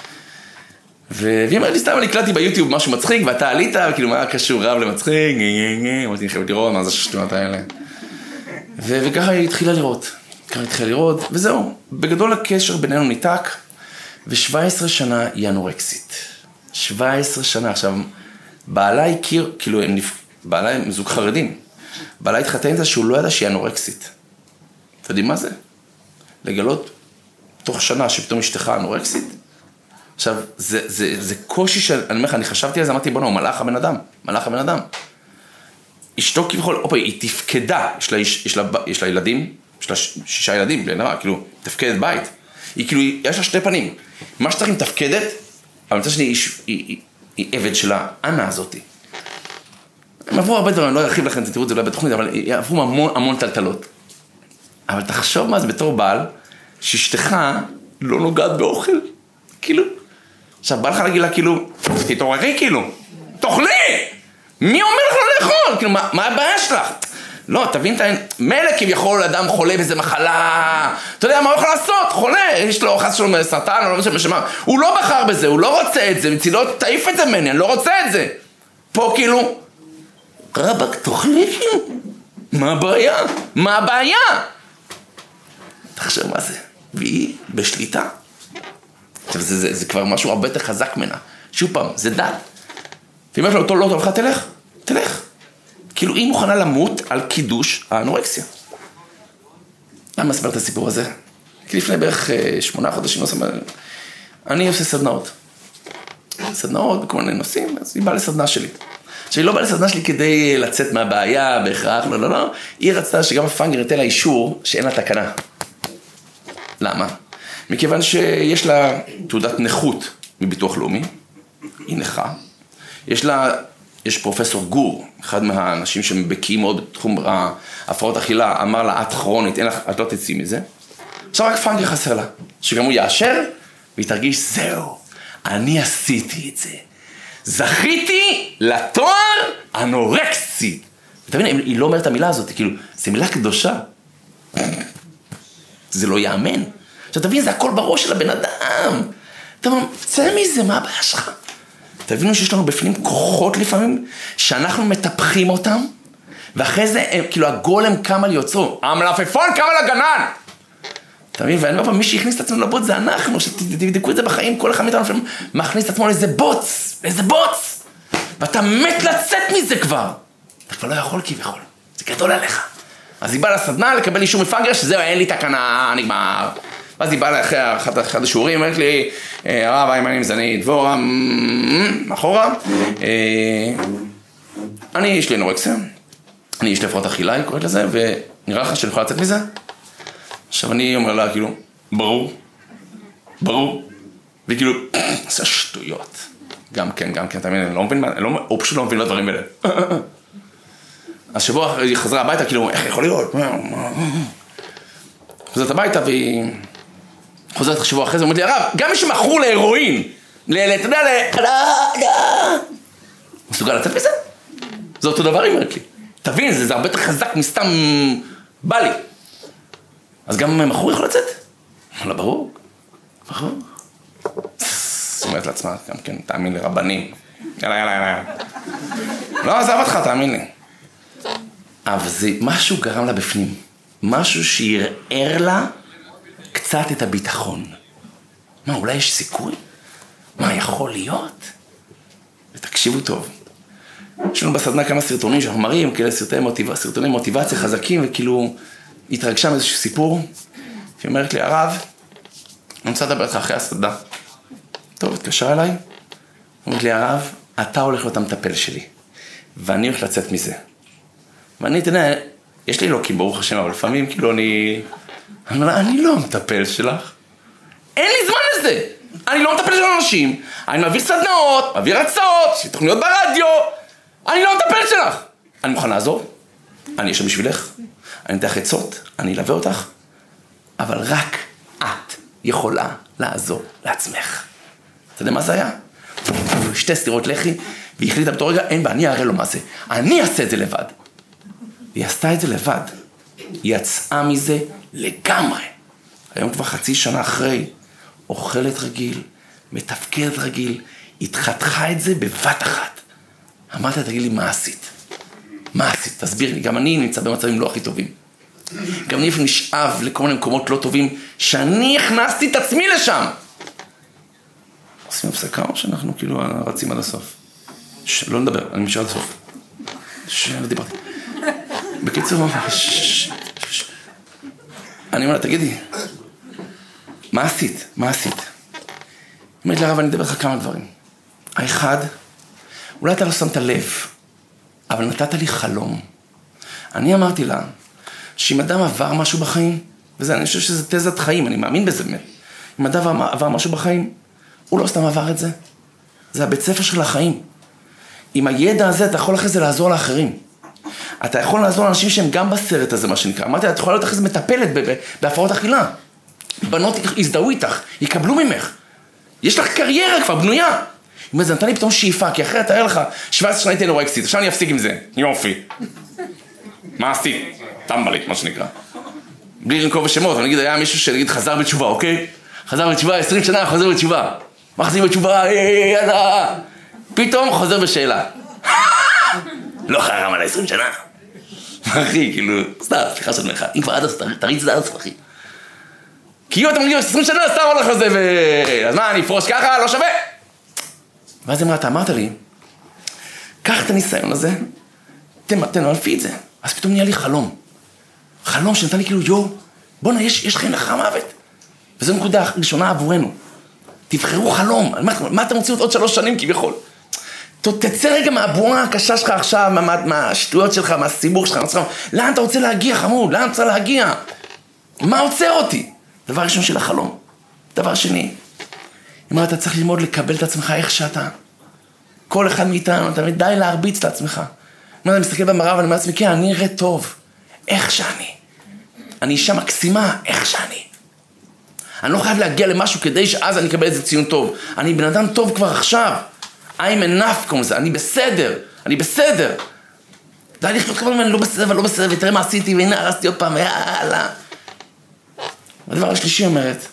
והיא אומרת לי, סתם, אני הקלטתי ביוטיוב משהו מצחיק, ואתה עלית, וכאילו, מה קשור רב למצחיק, אמרתי, אני חייבת לראות, מה זה השטויות האלה. וככה היא התחילה לראות. ככה היא התחילה לראות, וזהו. בגדול הקשר בינינו ניתק, ו-שבע עשרה שנה היא אנורקסית. שבע עשרה שנה. עכשיו, בעלה הכיר, כאילו, הם נפ... בעלה הם זוג חרדים. בעלה התחתן את זה שהוא לא ידע שהיא אנורקסית. אתה יודעים מה זה? לגלות תוך שנה שפתאום אשתך אנורקסית. עכשיו, זה, זה, זה קושי של, אני אומר לך, אני חשבתי על זה, אמרתי, בואו, הוא מלאך הבן אדם, מלאך הבן אדם. אשתו כביכול, אופה, היא תפקדה, יש לה, יש לה, יש לה ילדים, יש לה שישה ילדים, בלי נראה, כאילו, תפקדת בית. היא כאילו, יש לה שתי פנים. מה שצריך היא תפקדת, אבל מצד שני, היא, היא, היא, היא עבד של האנה הזאת. הם עברו הרבה דברים, אני לא ארחיב לכם, תראו את זה אולי בתוכנית, אבל הם עברו המון, המון טלטלות. אבל תחשוב מה זה בתור בעל, שאשתך לא נוגעת באוכל, כאילו. עכשיו, בא לך להגיד לה, כאילו, תתעוררי, כאילו, תאכלי! מי אומר לך לא לאכול? כאילו, מה, מה הבעיה שלך? לא, תבין את ה... מלא כביכול אדם חולה באיזה מחלה, אתה יודע מה הוא יכול לעשות? חולה, יש לו חס שלו סרטן, או לא משנה משמע. הוא לא בחר בזה, הוא לא רוצה את זה, מצידו תעיף את זה ממני, אני לא רוצה את זה. פה כאילו, רבק, תאכלי, כאילו. מה הבעיה? מה הבעיה? תחשב מה זה. והיא בשליטה. עכשיו, זה, זה, זה כבר משהו הרבה יותר חזק ממנה. שוב פעם, זה דת. ואם יש לו אותו לא טוב לך, תלך, תלך. כאילו, היא מוכנה למות על קידוש האנורקסיה. למה אספר את הסיפור הזה? כי לפני בערך שמונה חודשים, אני עושה סדנאות. סדנאות בכל מיני נושאים, אז היא באה לסדנה שלי. שהיא לא באה לסדנה שלי כדי לצאת מהבעיה בהכרח, לא, לא, לא. היא רצתה שגם הפאנגר ייתן לה אישור שאין לה תקנה. למה? מכיוון שיש לה תעודת נכות מביטוח לאומי, היא נכה. יש לה, יש פרופסור גור, אחד מהאנשים שבקיאים מאוד בתחום ההפרעות אכילה, אמר לה, את כרונית, אין לך, את לא תצאי מזה. עכשיו רק פאנגר חסר לה, שגם הוא יאשר, והיא תרגיש, זהו, אני עשיתי את זה. זכיתי לתואר אנורקסית. ותבין, היא לא אומרת את המילה הזאת, כאילו, זו מילה קדושה. זה לא יאמן. עכשיו תבין, זה הכל בראש של הבן אדם. אתה אומר, צא מזה, מה הבעיה שלך? תבינו שיש לנו בפנים כוחות לפעמים, שאנחנו מטפחים אותם, ואחרי זה, הם, כאילו, הגולם קם על יוצרו. המלפפון קם על הגנן! אתה מבין? ואני אומר, מי שהכניס את עצמנו לבוץ זה אנחנו, שתבדקו את זה בחיים, כל אחד מאיתנו מכניס את עצמו לאיזה בוץ, לאיזה בוץ! ואתה מת לצאת מזה כבר. אתה כבר לא יכול כביכול, זה גדול עליך. אז היא באה לסדנה לקבל אישור מפאנגר, שזהו, אין לי תקנה, נגמר. ואז היא באה לאחרי אחד השיעורים, אומרת לי, הרב, האם אני מזנית, דבורה, מאחורה. אני, יש לי אנורקסיה, אני יש לי הפרעות אכילה, היא קוראת לזה, ונראה לך שאני יכולה לצאת מזה? עכשיו אני אומר לה, כאילו, ברור, ברור, וכאילו, זה שטויות. גם כן, גם כן, אתה מבין, אני לא מבין, או פשוט לא מבין לדברים האלה. אז שבוע היא חזרה הביתה, כאילו, איך יכול להיות? חוזרת הביתה והיא... חוזרת שבוע אחרי זה, אומרת לי, הרב, גם מי שמכור להירואין, אתה יודע, ל... מסוגל לצאת מזה? זה אותו דבר, היא אומרת לי. תבין, זה הרבה יותר חזק מסתם בא לי. אז גם מכור יכול לצאת? לא, ברור. ברור. זאת אומרת לעצמה, גם כן, תאמין לי, רבנים. יאללה, יאללה, יאללה. לא, עזב אותך, תאמין לי. אבל זה משהו גרם לה בפנים. משהו שירער לה קצת את הביטחון. מה, אולי יש סיכוי? מה, יכול להיות? ותקשיבו טוב. יש לנו בסדנה כמה סרטונים שאנחנו מראים, כאלה סרטוני מוטיבציה, סרטוני מוטיבציה חזקים, וכאילו התרגשה מאיזשהו סיפור. היא אומרת לי, הרב, אני רוצה לדבר איתך אחרי הסדנה. טוב, התקשר אליי. אומרת לי, הרב, אתה הולך להיות המטפל שלי, ואני הולך לצאת מזה. ואני, אתה יודע, יש לי אלוקים, ברוך השם, אבל לפעמים, כאילו, אני... אני אומר, אני לא המטפל שלך. אין לי זמן לזה. אני לא מטפל של אנשים. אני מעביר סדנאות, מעביר הצעות, יש לי תוכניות ברדיו. אני לא מטפל שלך. אני מוכן לעזור. אני אשב בשבילך. אני אתן לך עצות, אני אלווה אותך. אבל רק את יכולה לעזור לעצמך. אתה יודע מה זה היה? שתי סתירות לחי, והיא החליטה בתור רגע, אין בה, אני אראה לו מה זה. אני אעשה את זה לבד. היא עשתה את זה לבד. היא יצאה מזה לגמרי. היום כבר חצי שנה אחרי, אוכלת רגיל, מתפקדת רגיל, התחתכה את זה בבת אחת. אמרת, תגיד לי, מה עשית? מה עשית? תסביר לי. גם אני נמצא במצבים לא הכי טובים. גם אני נשאב לכל מיני מקומות לא טובים, שאני הכנסתי את עצמי לשם. עושים הפסקה או שאנחנו כאילו רצים עד הסוף? ש... לא נדבר, אני משאר עד הסוף. שלא דיברתי. בקיצור, ש... ש... אני אומר לה, תגידי, מה עשית? מה עשית? אומרת לה, הרב, אני אדבר לך כמה דברים. האחד, אולי אתה לא שמת לב, אבל נתת לי חלום. אני אמרתי לה, שאם אדם עבר משהו בחיים, וזה, אני חושב שזה תזת חיים, אני מאמין בזה באמת. אם אדם עבר משהו בחיים, הוא לא סתם עבר את זה. זה הבית ספר של החיים. עם הידע הזה, אתה יכול אחרי זה לעזור לאחרים. אתה יכול לעזור לאנשים שהם גם בסרט הזה, מה שנקרא. אמרתי, אתה יכול להיות אחרי זה מטפלת בהפרעות אכילה. בנות יזדהו איתך, יקבלו ממך. יש לך קריירה כבר בנויה. אם זה נתן לי פתאום שאיפה, כי אחרי תאר לך, שבע עשרה שנה הייתי אנורקסית, עכשיו אני אפסיק עם זה. יופי. מה עשית? טמבלית, מה שנקרא. בלי לנקוב בשמות, אבל נגיד, היה מישהו שנגיד חזר בתשובה, אוקיי? חזר בתשובה, עשרים שנה חוזר בתשובה. מה חזרים בתשובה? יאללה. פתאום חוזר בשאלה. לא חרם על עשרים שנה. אחי, כאילו, סתם, סליחה של מרחק. אם כבר עד אז, תריץ את הארץ, אחי. כי אם אתה מגיע עשרים שנה, סתם הולך לזה ו... אז מה, אני אפרוש ככה? לא שווה. ואז אמרת, אמרת לי, קח את הניסיון הזה, תנלפי את זה. אז פתאום נהיה לי חלום. חלום שנתן לי כאילו, יו, בוא'נה, יש, יש חיים לך מוות. וזו נקודה ראשונה עבורנו. תבחרו חלום. מה, מה אתם רוצים עוד שלוש שנים כביכול? תצא רגע מהבועה הקשה שלך עכשיו, מה, מהשטויות שלך, מהסיבור שלך. לאן אתה רוצה להגיע, חמוד? לאן אתה רוצה להגיע? מה עוצר אותי? דבר ראשון של החלום. דבר שני, אם אתה צריך ללמוד לקבל את עצמך איך שאתה. כל אחד מאיתנו, אתה די להרביץ לעצמך. אם אתה מסתכל במראה ואני אומר לעצמי, כן, אני אראה טוב. איך שאני. אני אישה מקסימה, איך שאני. אני לא חייב להגיע למשהו כדי שאז אני אקבל איזה ציון טוב. אני בן אדם טוב כבר עכשיו. I'm enough כמו זה, אני בסדר. אני בסדר. די לחיות כבר, אני לא בסדר ולא בסדר, ותראה מה עשיתי, והנה הרסתי עוד פעם, ויאללה. והדבר השלישי אומרת,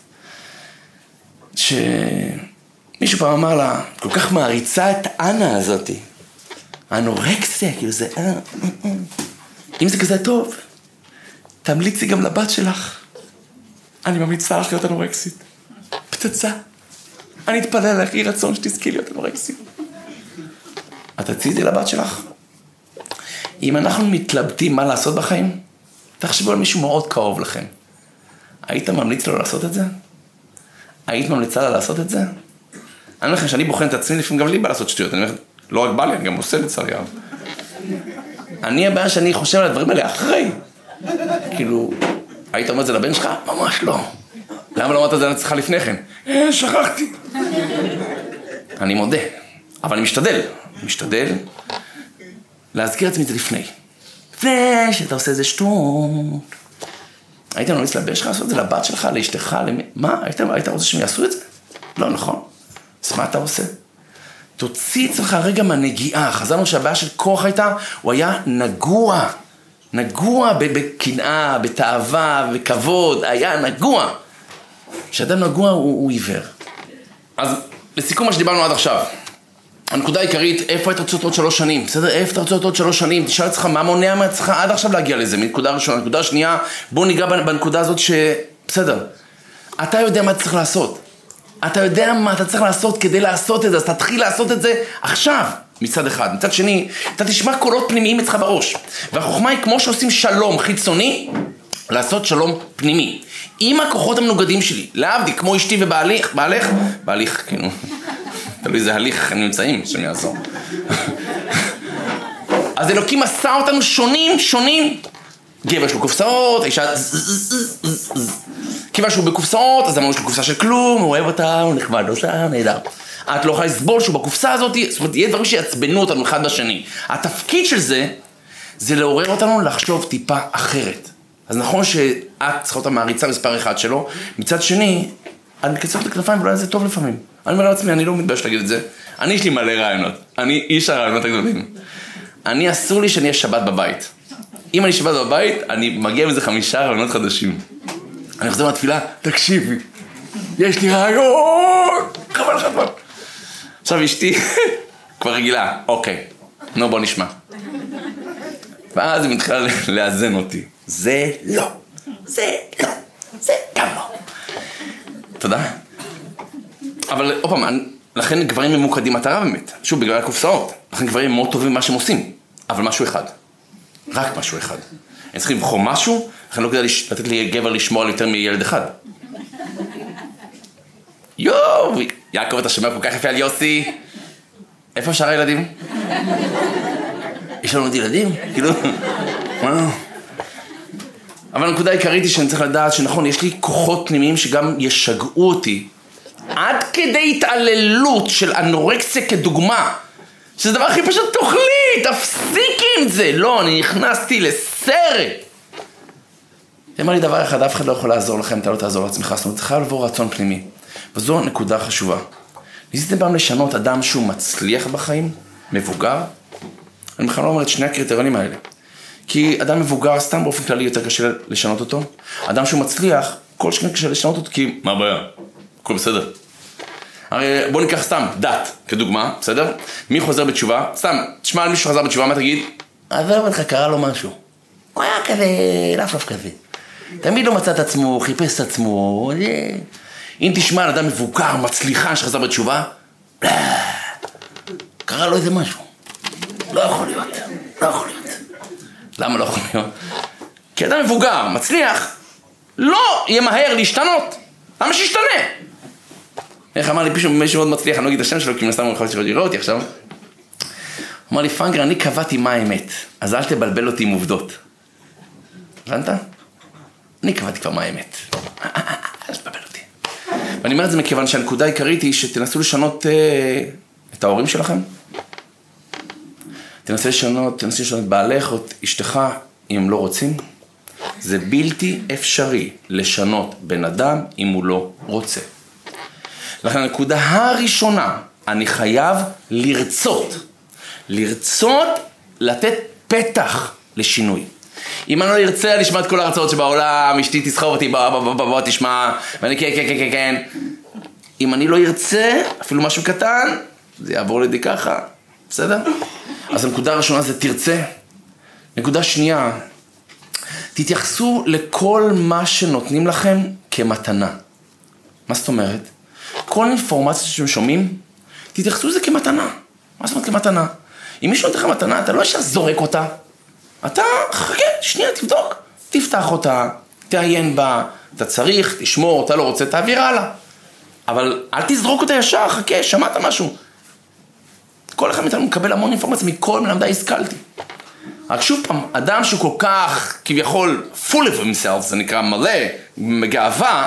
שמישהו פעם אמר לה, כל כך מעריצה את אנה הזאת. האנורקסיה, כאילו זה, אה, אה, אה. אם זה כזה טוב, תמליצי גם לבת שלך. אני ממליצה לך להיות אנורקסית. פצצה. אני אתפלל לך, יהי רצון שתזכי להיות אנורקסית. את תציעי לבת שלך. אם אנחנו מתלבטים מה לעשות בחיים, תחשבו על מישהו מאוד קרוב לכם. היית ממליץ לו לעשות את זה? היית ממליצה לה לעשות את זה? אני אומר לכם שאני בוחן את עצמי, לפעמים גם לי בא לעשות שטויות. אני אומר, לא רק בא לי, אני גם עושה לצערי הרב. אני הבעיה שאני חושב על הדברים האלה אחרי. כאילו, היית אומר את זה לבן שלך? ממש לא. למה לא אמרת את זה לצלך לפני כן? אה, שכחתי. אני מודה, אבל אני משתדל. אני משתדל להזכיר עצמי את זה לפני. לפני שאתה עושה איזה שטות. היית ממליץ לבן שלך לעשות את זה לבת שלך, לאשתך, למי? מה? היית, היית רוצה שהם יעשו את זה? לא, נכון. אז מה אתה עושה? תוציא אצלך רגע מהנגיעה. חזרנו שהבעיה של כוח הייתה, הוא היה נגוע. נגוע בקנאה, בתאווה, בכבוד. היה נגוע. כשאדם נגוע הוא, הוא עיוור. אז לסיכום מה שדיברנו עד עכשיו. הנקודה העיקרית, איפה אתה רוצה עוד שלוש שנים? בסדר? איפה אתה רוצה עוד שלוש שנים? תשאל אצלך מה מונע מעצמך עד עכשיו להגיע לזה. מנקודה ראשונה. נקודה השנייה, בוא ניגע בנקודה הזאת ש... בסדר. אתה יודע מה אתה צריך לעשות. אתה יודע מה אתה צריך לעשות כדי לעשות את זה. אז תתחיל לעשות את זה עכשיו. מצד אחד. מצד שני, אתה תשמע קולות פנימיים אצלך בראש. והחוכמה היא כמו שעושים שלום חיצוני, לעשות שלום פנימי. עם הכוחות המנוגדים שלי. להבדיל, כמו אשתי ובעליך, בעליך, בעליך, כאילו. תלוי איזה הליך נמצאים שהם יעזור. אז אלוקים עשה אותנו שונים, שונים. גבר שלו קופסאות, האישה... כיוון שהוא בקופסאות, אז אמרנו יש לו קופסה של כלום, הוא אוהב אותה, הוא נחמד אותה, נהדר. את לא יכולה לסבול שהוא בקופסה הזאת, זאת אומרת, יהיה דברים שיעצבנו אותנו אחד בשני. התפקיד של זה, זה לעורר אותנו לחשוב טיפה אחרת. אז נכון שאת צריכה אותה מעריצה מספר אחד שלו, מצד שני, את מקצרת את הכנפיים ואולי זה טוב לפעמים. אני אומר לעצמי, אני לא מתבייש להגיד את זה. אני יש לי מלא רעיונות. אני איש הרעיונות הגדולים. אני אסור לי שאני אהיה שבת בבית. אם אני שבת בבית, אני מגיע מזה חמישה רעיונות חדשים. אני חוזר מהתפילה, תקשיבי, יש לי רעיון, חבל לך כבר. עכשיו אשתי כבר רגילה, אוקיי, נו בוא נשמע. ואז היא מתחילה לאזן אותי. זה לא, זה לא, זה גם לא. תודה. אבל עוד פעם, לכן גברים ממוקדים מטרה באמת. שוב, בגלל הקופסאות. לכן גברים מאוד טובים במה שהם עושים. אבל משהו אחד. רק משהו אחד. הם צריכים לבחור משהו, לכן לא כדאי לתת לי גבר לשמור על יותר מילד אחד. יואו, יעקב, אתה שומע כל כך יפה על יוסי. איפה שאר הילדים? יש לנו עוד ילדים? כאילו, וואו. אבל הנקודה העיקרית היא שאני צריך לדעת שנכון, יש לי כוחות פנימיים שגם ישגעו אותי. עד כדי התעללות של אנורקסיה כדוגמה. שזה דבר הכי פשוט תאכלי, תפסיקי עם זה. לא, אני נכנסתי לסרט. אמר לי דבר אחד, אף אחד לא יכול לעזור לכם, אתה לא תעזור לעצמך. זאת אומרת, צריכה לבוא רצון פנימי. וזו נקודה חשובה. ניסיתם פעם לשנות אדם שהוא מצליח בחיים, מבוגר? אני בכלל לא אומר את שני הקריטריונים האלה. כי אדם מבוגר, סתם באופן כללי יותר קשה לשנות אותו. אדם שהוא מצליח, כל שכן קשה לשנות אותו, כי מה הבעיה? הכל בסדר. הרי בוא ניקח סתם דת, כדוגמה, בסדר? מי חוזר בתשובה? סתם, תשמע על מישהו חזר בתשובה, מה תגיד? עבר לך, קרה לו משהו. הוא היה כזה, לפלף כזה. תמיד לא מצא את עצמו, חיפש את עצמו. אם תשמע על אדם מבוגר, מצליחן שחזר בתשובה, קרה לו איזה משהו. לא יכול להיות, לא יכול להיות. למה לא יכול להיות? כי אדם מבוגר, מצליח, לא יהיה מהר להשתנות. למה שישתנה? איך אמר לי, מישהו מאוד מצליח, אני לא אגיד את השם שלו, כי נסתם יכול להיות לראות אותי עכשיו. הוא אמר לי, פנגר, אני קבעתי מה האמת, אז אל תבלבל אותי עם עובדות. הבנת? אני קבעתי כבר מה האמת. אל תבלבל אותי. ואני אומר את זה מכיוון שהנקודה העיקרית היא שתנסו לשנות אה, את ההורים שלכם. תנסו לשנות, תנסו לשנות בעלך או אשתך, אם הם לא רוצים. זה בלתי אפשרי לשנות בן אדם אם הוא לא רוצה. לכן הנקודה הראשונה, אני חייב לרצות. לרצות לתת פתח לשינוי. אם אני לא ארצה לשמוע את כל ההרצאות שבעולם, אשתי תסחוב אותי, בוא, בוא, בוא, בוא, תשמע, ואני כן, כן, כן, כן. אם אני לא ארצה, אפילו משהו קטן, זה יעבור לידי ככה, בסדר? אז הנקודה הראשונה זה תרצה. נקודה שנייה, תתייחסו לכל מה שנותנים לכם כמתנה. מה זאת אומרת? כל אינפורמציה שאתם שומעים, תתייחסו לזה כמתנה. מה זאת אומרת כמתנה? אם מישהו נותן לך מתנה, אתה לא ישר זורק אותה. אתה, חכה, שנייה, תבדוק. תפתח אותה, תעיין בה, אתה צריך, תשמור, אתה לא רוצה, תעביר הלאה. אבל אל תזרוק אותה ישר, חכה, שמעת משהו. כל אחד מאיתנו מקבל המון אינפורמציה, מכל מלמדי השכלתי. רק שוב פעם, אדם שהוא כל כך, כביכול, full of himself, זה נקרא מלא, מגאווה,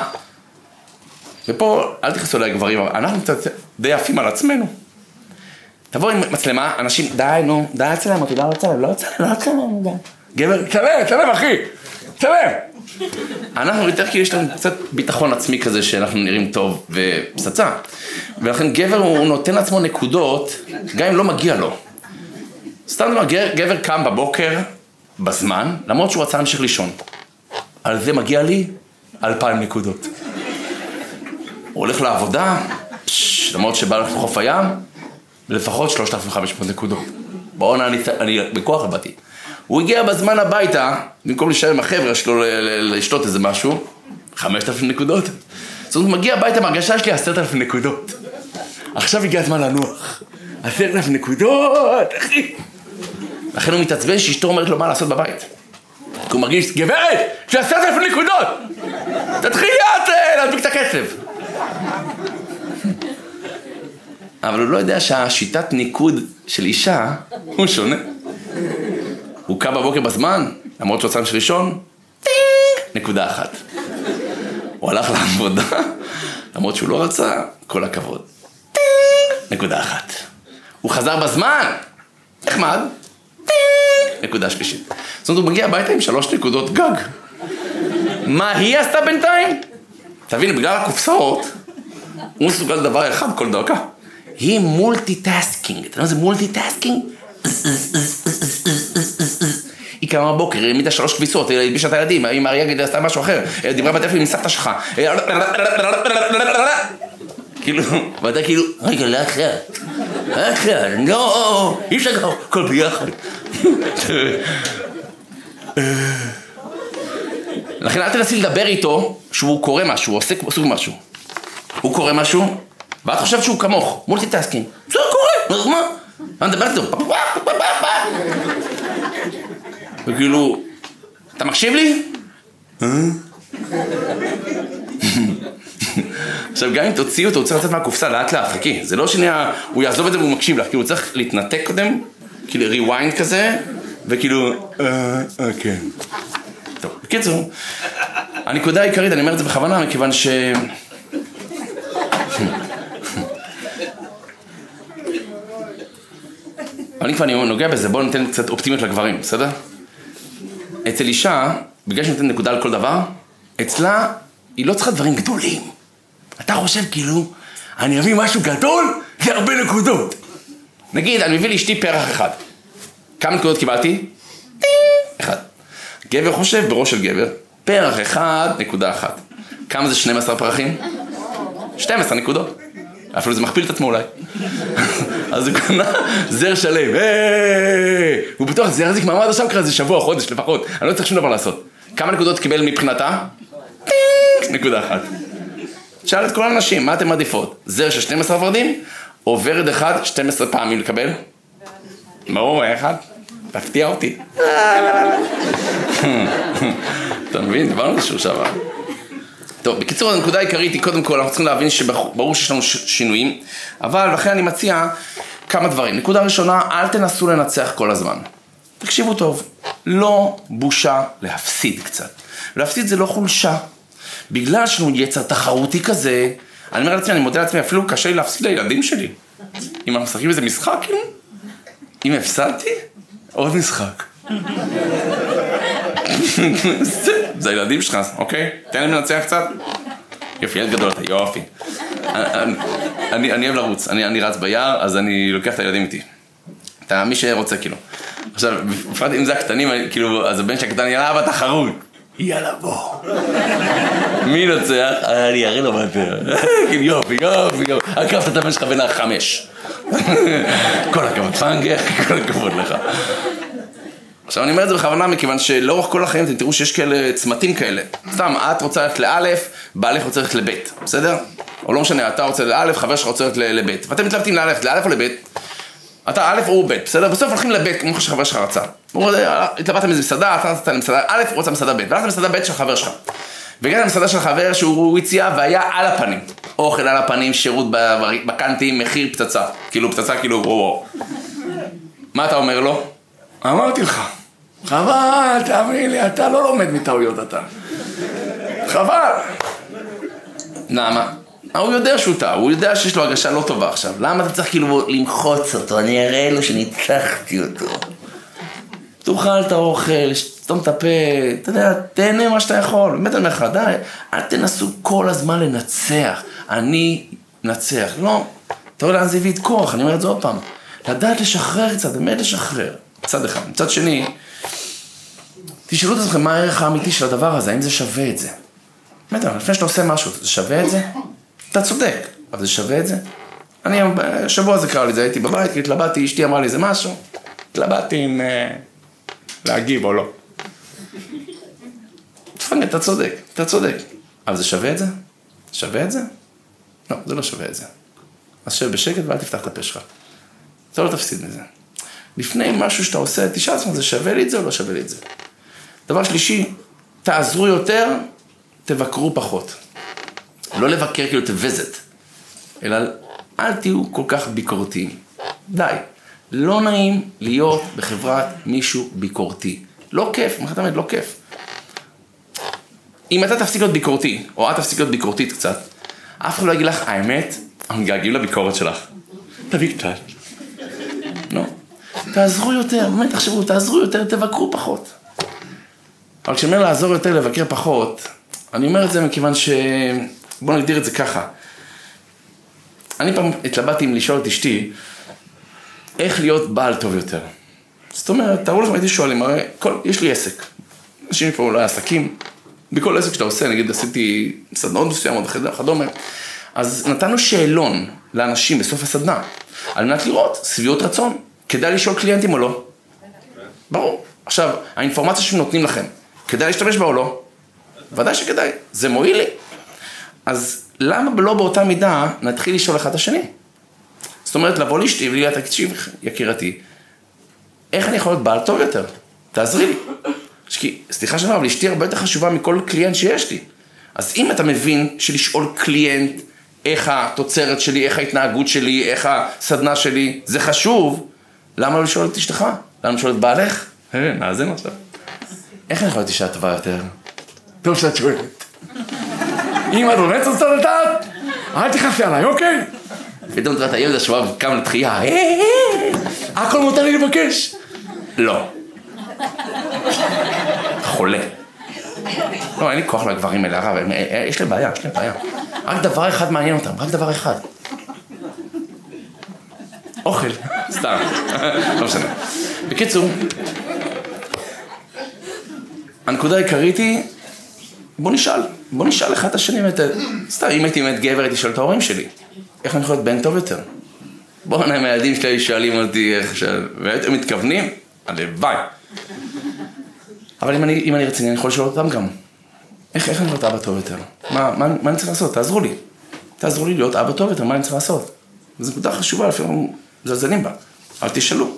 ופה, אל תכנסו אליי גברים, אנחנו קצת די עפים על עצמנו. תבוא עם מצלמה, אנשים, די, נו, די, צלם אותי, לא צלם, לא צלם, לא צלם, די. גבר, צלם, צלם, אחי, צלם. אנחנו יותר כאילו יש לנו קצת ביטחון עצמי כזה, שאנחנו נראים טוב ופצצה. ולכן גבר הוא נותן לעצמו נקודות, גם אם לא מגיע לו. סתם דבר, גבר קם בבוקר, בזמן, למרות שהוא רצה להמשיך לישון. על זה מגיע לי אלפיים נקודות. הוא הולך לעבודה, פש, למרות שבא לך לחוף הים, לפחות שלושת אלפים וחמש מאות נקודות. בואו נע, אני, אני בכוח הבאתי. הוא הגיע בזמן הביתה, במקום להישאר עם החבר'ה שלו לשתות איזה משהו, חמשת אלפים נקודות. זאת אומרת, הוא מגיע הביתה, מהרגשה שלי עשרת אלפים נקודות. עכשיו הגיע הזמן לנוח. עשרת אלפים נקודות, אחי. לכן הוא מתעצבן שאשתו אומרת לו מה לעשות בבית. כי הוא מרגיש, גברת, יש לי עשרת אלפים נקודות. תתחילי את להדביק את הכסף. אבל הוא לא יודע שהשיטת ניקוד של אישה הוא שונה. הוא קם בבוקר בזמן, למרות שהוא רצה ראשון, נקודה אחת. הוא הלך לעבודה, למרות שהוא לא רצה, כל הכבוד. נקודה אחת. הוא חזר בזמן, נחמד, נקודה שלישית. זאת אומרת, הוא מגיע הביתה עם שלוש נקודות גג. מה היא עשתה בינתיים? תבין, בגלל הקופסאות, הוא מסוגל דבר אחד כל דרכה. היא מולטי-טסקינג. אתה יודע מה זה מולטי-טסקינג? היא קמה בבוקר, היא העמידה שלוש כביסות, היא הלבישה את הילדים, היא אריה עשתה משהו אחר, דיברה בטלפון עם סבתא שלך. כאילו, ואתה כאילו, רגע, לאט לאט. לאט לאט, לא, אי אפשר גם, כל ביחד. לכן אל תנסי לדבר איתו שהוא קורא משהו, הוא עושה סוג משהו. הוא קורא משהו, ואת חושבת שהוא כמוך, מולטי-טסקינג. זה קורה, אז מה? מה נדבר איתו? וכאילו, אתה מקשיב לי? עכשיו, גם אם תוציאו אותו, הוא צריך לצאת מהקופסה לאט לאט, חכי. זה לא שניה, הוא יעזוב את זה והוא מקשיב לך, כי הוא צריך להתנתק קודם, כאילו ריוויינד כזה, וכאילו, אה, אה, כן. טוב, בקיצור, הנקודה העיקרית, אני אומר את זה בכוונה, מכיוון ש... אני כבר נוגע בזה, בואו ניתן קצת אופטימיות לגברים, בסדר? אצל אישה, בגלל שניתן נקודה על כל דבר, אצלה היא לא צריכה דברים גדולים. אתה חושב כאילו, אני אביא משהו גדול, זה הרבה נקודות. נגיד, אני מביא לאשתי פרח אחד. כמה נקודות קיבלתי? אחד. גבר חושב בראש של גבר, פרח אחד, נקודה אחת. כמה זה שנים עשר פרחים? שתים עשרה נקודות. אפילו זה מכפיל את עצמו אולי. אז הוא קונה זר שלם. הוא בטוח, זה יחזיק מעמד עכשיו ככה, זה שבוע, חודש לפחות. אני לא צריך שום דבר לעשות. כמה נקודות קיבל מבחינתה? נקודה אחת. שאל את כל האנשים, מה אתם מעדיפות? זר של שנים עשר ורדים? או ורד אחד, שתים עשרה פעמים לקבל? ברור, אחד. תפתיע אותי. אתה מבין? דיברנו על זה שהוא שווה. טוב, בקיצור, הנקודה העיקרית היא קודם כל, אנחנו צריכים להבין שברור שיש לנו שינויים, אבל לכן אני מציע כמה דברים. נקודה ראשונה, אל תנסו לנצח כל הזמן. תקשיבו טוב, לא בושה להפסיד קצת. להפסיד זה לא חולשה. בגלל שהוא יצר תחרותי כזה, אני אומר לעצמי, אני מודה לעצמי, אפילו קשה לי להפסיד לילדים שלי. אם אנחנו משחקים איזה משחק, כאילו, אם הפסדתי, עוד משחק. זה הילדים שלך, אוקיי? תן להם לנצח קצת. יופי, ילד גדול אתה, יופי. אני, אני אוהב לרוץ, אני, אני רץ ביער, אז אני לוקח את הילדים איתי. אתה, מי שרוצה, כאילו. עכשיו, בפרט אם זה הקטנים, כאילו, אז הבן שהקטן יאללה בתחרות. יאללה בוא. מי נוצח? אני אראה לו מה יותר. יופי, יופי, יופי. הקרבת את הבן שלך בין החמש. כל הכבוד, פנגר, כל הכבוד לך. עכשיו אני אומר את זה בכוונה מכיוון שלאורך כל החיים אתם תראו שיש כאלה צמתים כאלה. סתם, את רוצה ללכת לאלף, בעלך רוצה ללכת לבית, בסדר? או לא משנה, אתה רוצה לאלף, חבר שלך רוצה ללכת לבית. ואתם מתלבטים לאלף, לאלף או לבית? אתה אלף או בית, בסדר? בסוף הולכים לבית כמו שחבר שלך רצה. התלבטתם איזה מסעדה, אתה רצת למסעדה אלף, רוצה מסעדה בית. והלכת למסעדה בית של חבר שלך. והגעת למסעדה של חבר שהוא הציע והיה על הפנים. אוכל על הפנים, שירות בקנטים, מחיר פצצה. כאילו פצצה, כאילו וואו. מה אתה אומר לו? אמרתי לך, חבל, תאמין לי, אתה לא לומד מטעויות אתה. חבל. למה? הוא יודע שהוא טעה, הוא יודע שיש לו הרגשה לא טובה עכשיו. למה אתה צריך כאילו למחוץ אותו? אני אראה לו שניצחתי אותו. תאכל את האוכל, שתום את הפה, אתה יודע, תהנה מה שאתה יכול. באמת אני אומר לך, די, אל תנסו כל הזמן לנצח. אני נצח. לא, אתה רואה לאן זה הביא את כוח, אני אומר את זה עוד פעם. לדעת לשחרר קצת, באמת לשחרר. מצד אחד. מצד שני, תשאלו את עצמכם מה הערך האמיתי של הדבר הזה, האם זה שווה את זה. באמת, לפני שאתה עושה משהו, זה שווה את זה? אתה צודק, אבל זה שווה את זה? אני, שבוע זה קרה לי, זה הייתי בבית, כי התלבטתי, אשתי אמרה לי זה משהו, התלבטתי אם להגיב או לא. אתה צודק, אתה צודק. אבל זה שווה את זה? שווה את זה? לא, זה לא שווה את זה. אז שב בשקט ואל תפתח את הפה שלך. אתה לא תפסיד מזה. לפני משהו שאתה עושה, תשאל עצמך, זה שווה לי את זה או לא שווה לי את זה? דבר שלישי, תעזרו יותר, תבקרו פחות. לא לבקר כאילו תבזת, אלא אל תהיו כל כך ביקורתיים. די. לא נעים להיות בחברת מישהו ביקורתי. לא כיף, מה אתה אומר? לא כיף. אם אתה תפסיק להיות ביקורתי, או את תפסיק להיות ביקורתית קצת, אף אחד לא יגיד לך, האמת, אנחנו מתגעגעים לביקורת שלך. תביא קצת. לא. תעזרו יותר, באמת תחשבו, תעזרו יותר, תבקרו פחות. אבל כשאומר לעזור יותר, לבקר פחות, אני אומר את זה מכיוון ש... בואו נגדיר את זה ככה. אני פעם התלבטתי עם לשאול את אשתי, איך להיות בעל טוב יותר. זאת אומרת, תראו לכם, הייתי שואלים, הרי כל... יש לי עסק. אנשים פה אולי עסקים. בכל עסק שאתה עושה, נגיד, עשיתי סדנאות מסוימות וכדומה. אז נתנו שאלון לאנשים בסוף הסדנה, על מנת לראות סביעות רצון. כדאי לשאול קליינטים או לא? ברור. עכשיו, האינפורמציה שהם נותנים לכם, כדאי להשתמש בה או לא? ודאי שכדאי. זה מועיל לי. אז למה לא באותה מידה נתחיל לשאול אחד את השני? זאת אומרת, לבוא לאשתי ולהגיד, תקשיב, יקירתי, איך אני יכול להיות בעל טוב יותר? תעזרי לי. כי, סליחה שאני אומר, אבל אשתי הרבה יותר חשובה מכל קליינט שיש לי. אז אם אתה מבין שלשאול קליינט, איך התוצרת שלי, איך ההתנהגות שלי, איך הסדנה שלי, זה חשוב, למה לא לשאול את אשתך? למה לשאול את בעלך? אה, נאזן עכשיו. איך אני יכול להיות אישה טובה יותר? טוב שאת שואלת. אם את באמת רוצה לדעת, אל תכנסי עליי, אוקיי? פתאום תראה את הילד השבוע קם לתחייה, הכל מותר לי לבקש. לא. חולה. לא, אין לי כוח לגברים האלה, הרב, יש להם בעיה, יש להם בעיה. רק דבר אחד מעניין אותם, רק דבר אחד. אוכל, סתם, לא משנה. בקיצור, הנקודה העיקרית היא, בוא נשאל, בוא נשאל אחד את השני, סתם, אם הייתי באמת גבר, הייתי שואל את ההורים שלי, איך אני יכול להיות בן טוב יותר? בואו נעים, הילדים שלי שואלים אותי איך שואל, ואתם מתכוונים? הלוואי. אבל אם אני, אם אני רציני, אני יכול לשאול אותם גם. איך, איך אני להיות אבא טוב יותר? מה, מה, מה אני צריך לעשות? תעזרו לי. תעזרו לי להיות אבא טוב יותר, מה אני צריך לעשות? זו נקודה חשובה, לפעמים זלזלים בה. אבל תשאלו.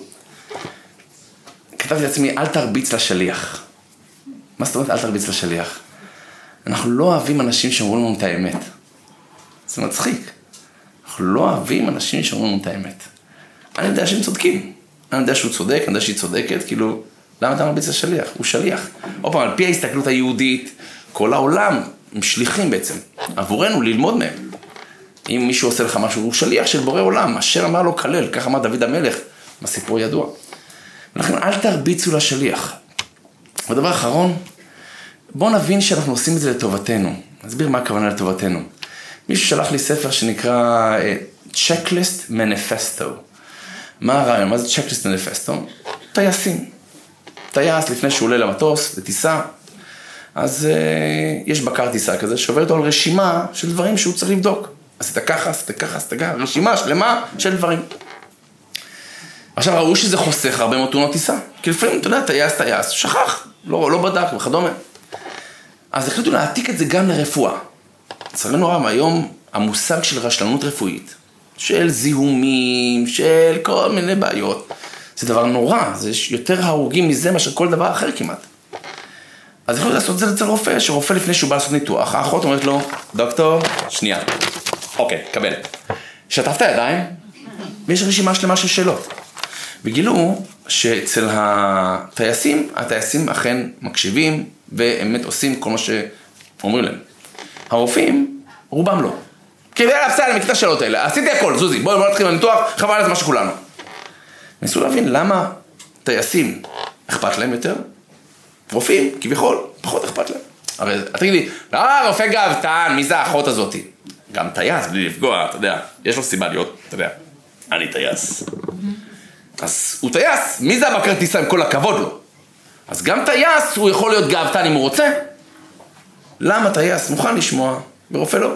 כתבתי לעצמי, אל תרביץ לשליח. מה זאת אומרת, אל תרביץ לשליח? אנחנו לא אוהבים אנשים שאומרים לנו את האמת. זה מצחיק. אנחנו לא אוהבים אנשים שאומרים לנו את האמת. אני יודע שהם צודקים. אני יודע שהוא צודק, אני יודע שהיא צודקת, כאילו, למה אתה מרביץ לשליח? הוא שליח. עוד פעם, על פי ההסתכלות היהודית, כל העולם הם שליחים בעצם, עבורנו ללמוד מהם. אם מישהו עושה לך משהו, הוא שליח של בורא עולם, אשר אמר לו כלל, כך אמר דוד המלך, בסיפור ידוע. ולכן אל תרביצו לשליח. ודבר האחרון, בואו נבין שאנחנו עושים את זה לטובתנו. נסביר מה הכוונה לטובתנו. מישהו שלח לי ספר שנקרא Checklist Manifesto. מה הרעיון? מה זה Checklist Manifesto? טייסים. טייס לפני שהוא עולה למטוס, לטיסה. אז uh, יש בקר טיסה כזה, שעובר אותו על רשימה של דברים שהוא צריך לבדוק. עשית ככה, עשית ככה, עשית ככה, רשימה שלמה של דברים. עכשיו ראו שזה חוסך הרבה מאוד תאונות טיסה. כי לפעמים, אתה יודע, טייס, טייס, שכח, לא, לא בדק וכדומה. אז החליטו להעתיק את זה גם לרפואה. לצערנו הרב, היום המושג של רשלנות רפואית, של זיהומים, של כל מיני בעיות, זה דבר נורא, זה יותר הרוגים מזה מאשר כל דבר אחר כמעט. אז יכולת לעשות את זה אצל רופא, שרופא לפני שהוא בא לעשות ניתוח, האחות אומרת לו, דוקטור, שנייה, אוקיי, קבל. שטפת ידיים, ויש רשימה שלמה של שאלות. וגילו שאצל הטייסים, הטייסים אכן מקשיבים, והם באמת עושים כל מה שאומרים להם. הרופאים, רובם לא. כי זה היה בסדר, אני מכיר את השאלות האלה, עשיתי הכל, זוזי, בואו בוא נתחיל בניתוח, חבל על זה מה שכולנו. ניסו להבין למה טייסים אכפת להם יותר, רופאים, כביכול, פחות אכפת להם. הרי, תגיד לי, אה, רופא גאוותן, מי זה האחות הזאת? גם טייס, בלי לפגוע, אתה יודע, יש לו סיבה להיות, אתה יודע, אני טייס. אז הוא טייס, מי זה הבקר טיסה עם כל הכבוד לו? אז גם טייס הוא יכול להיות גאוותן אם הוא רוצה. למה טייס מוכן לשמוע ורופא לא?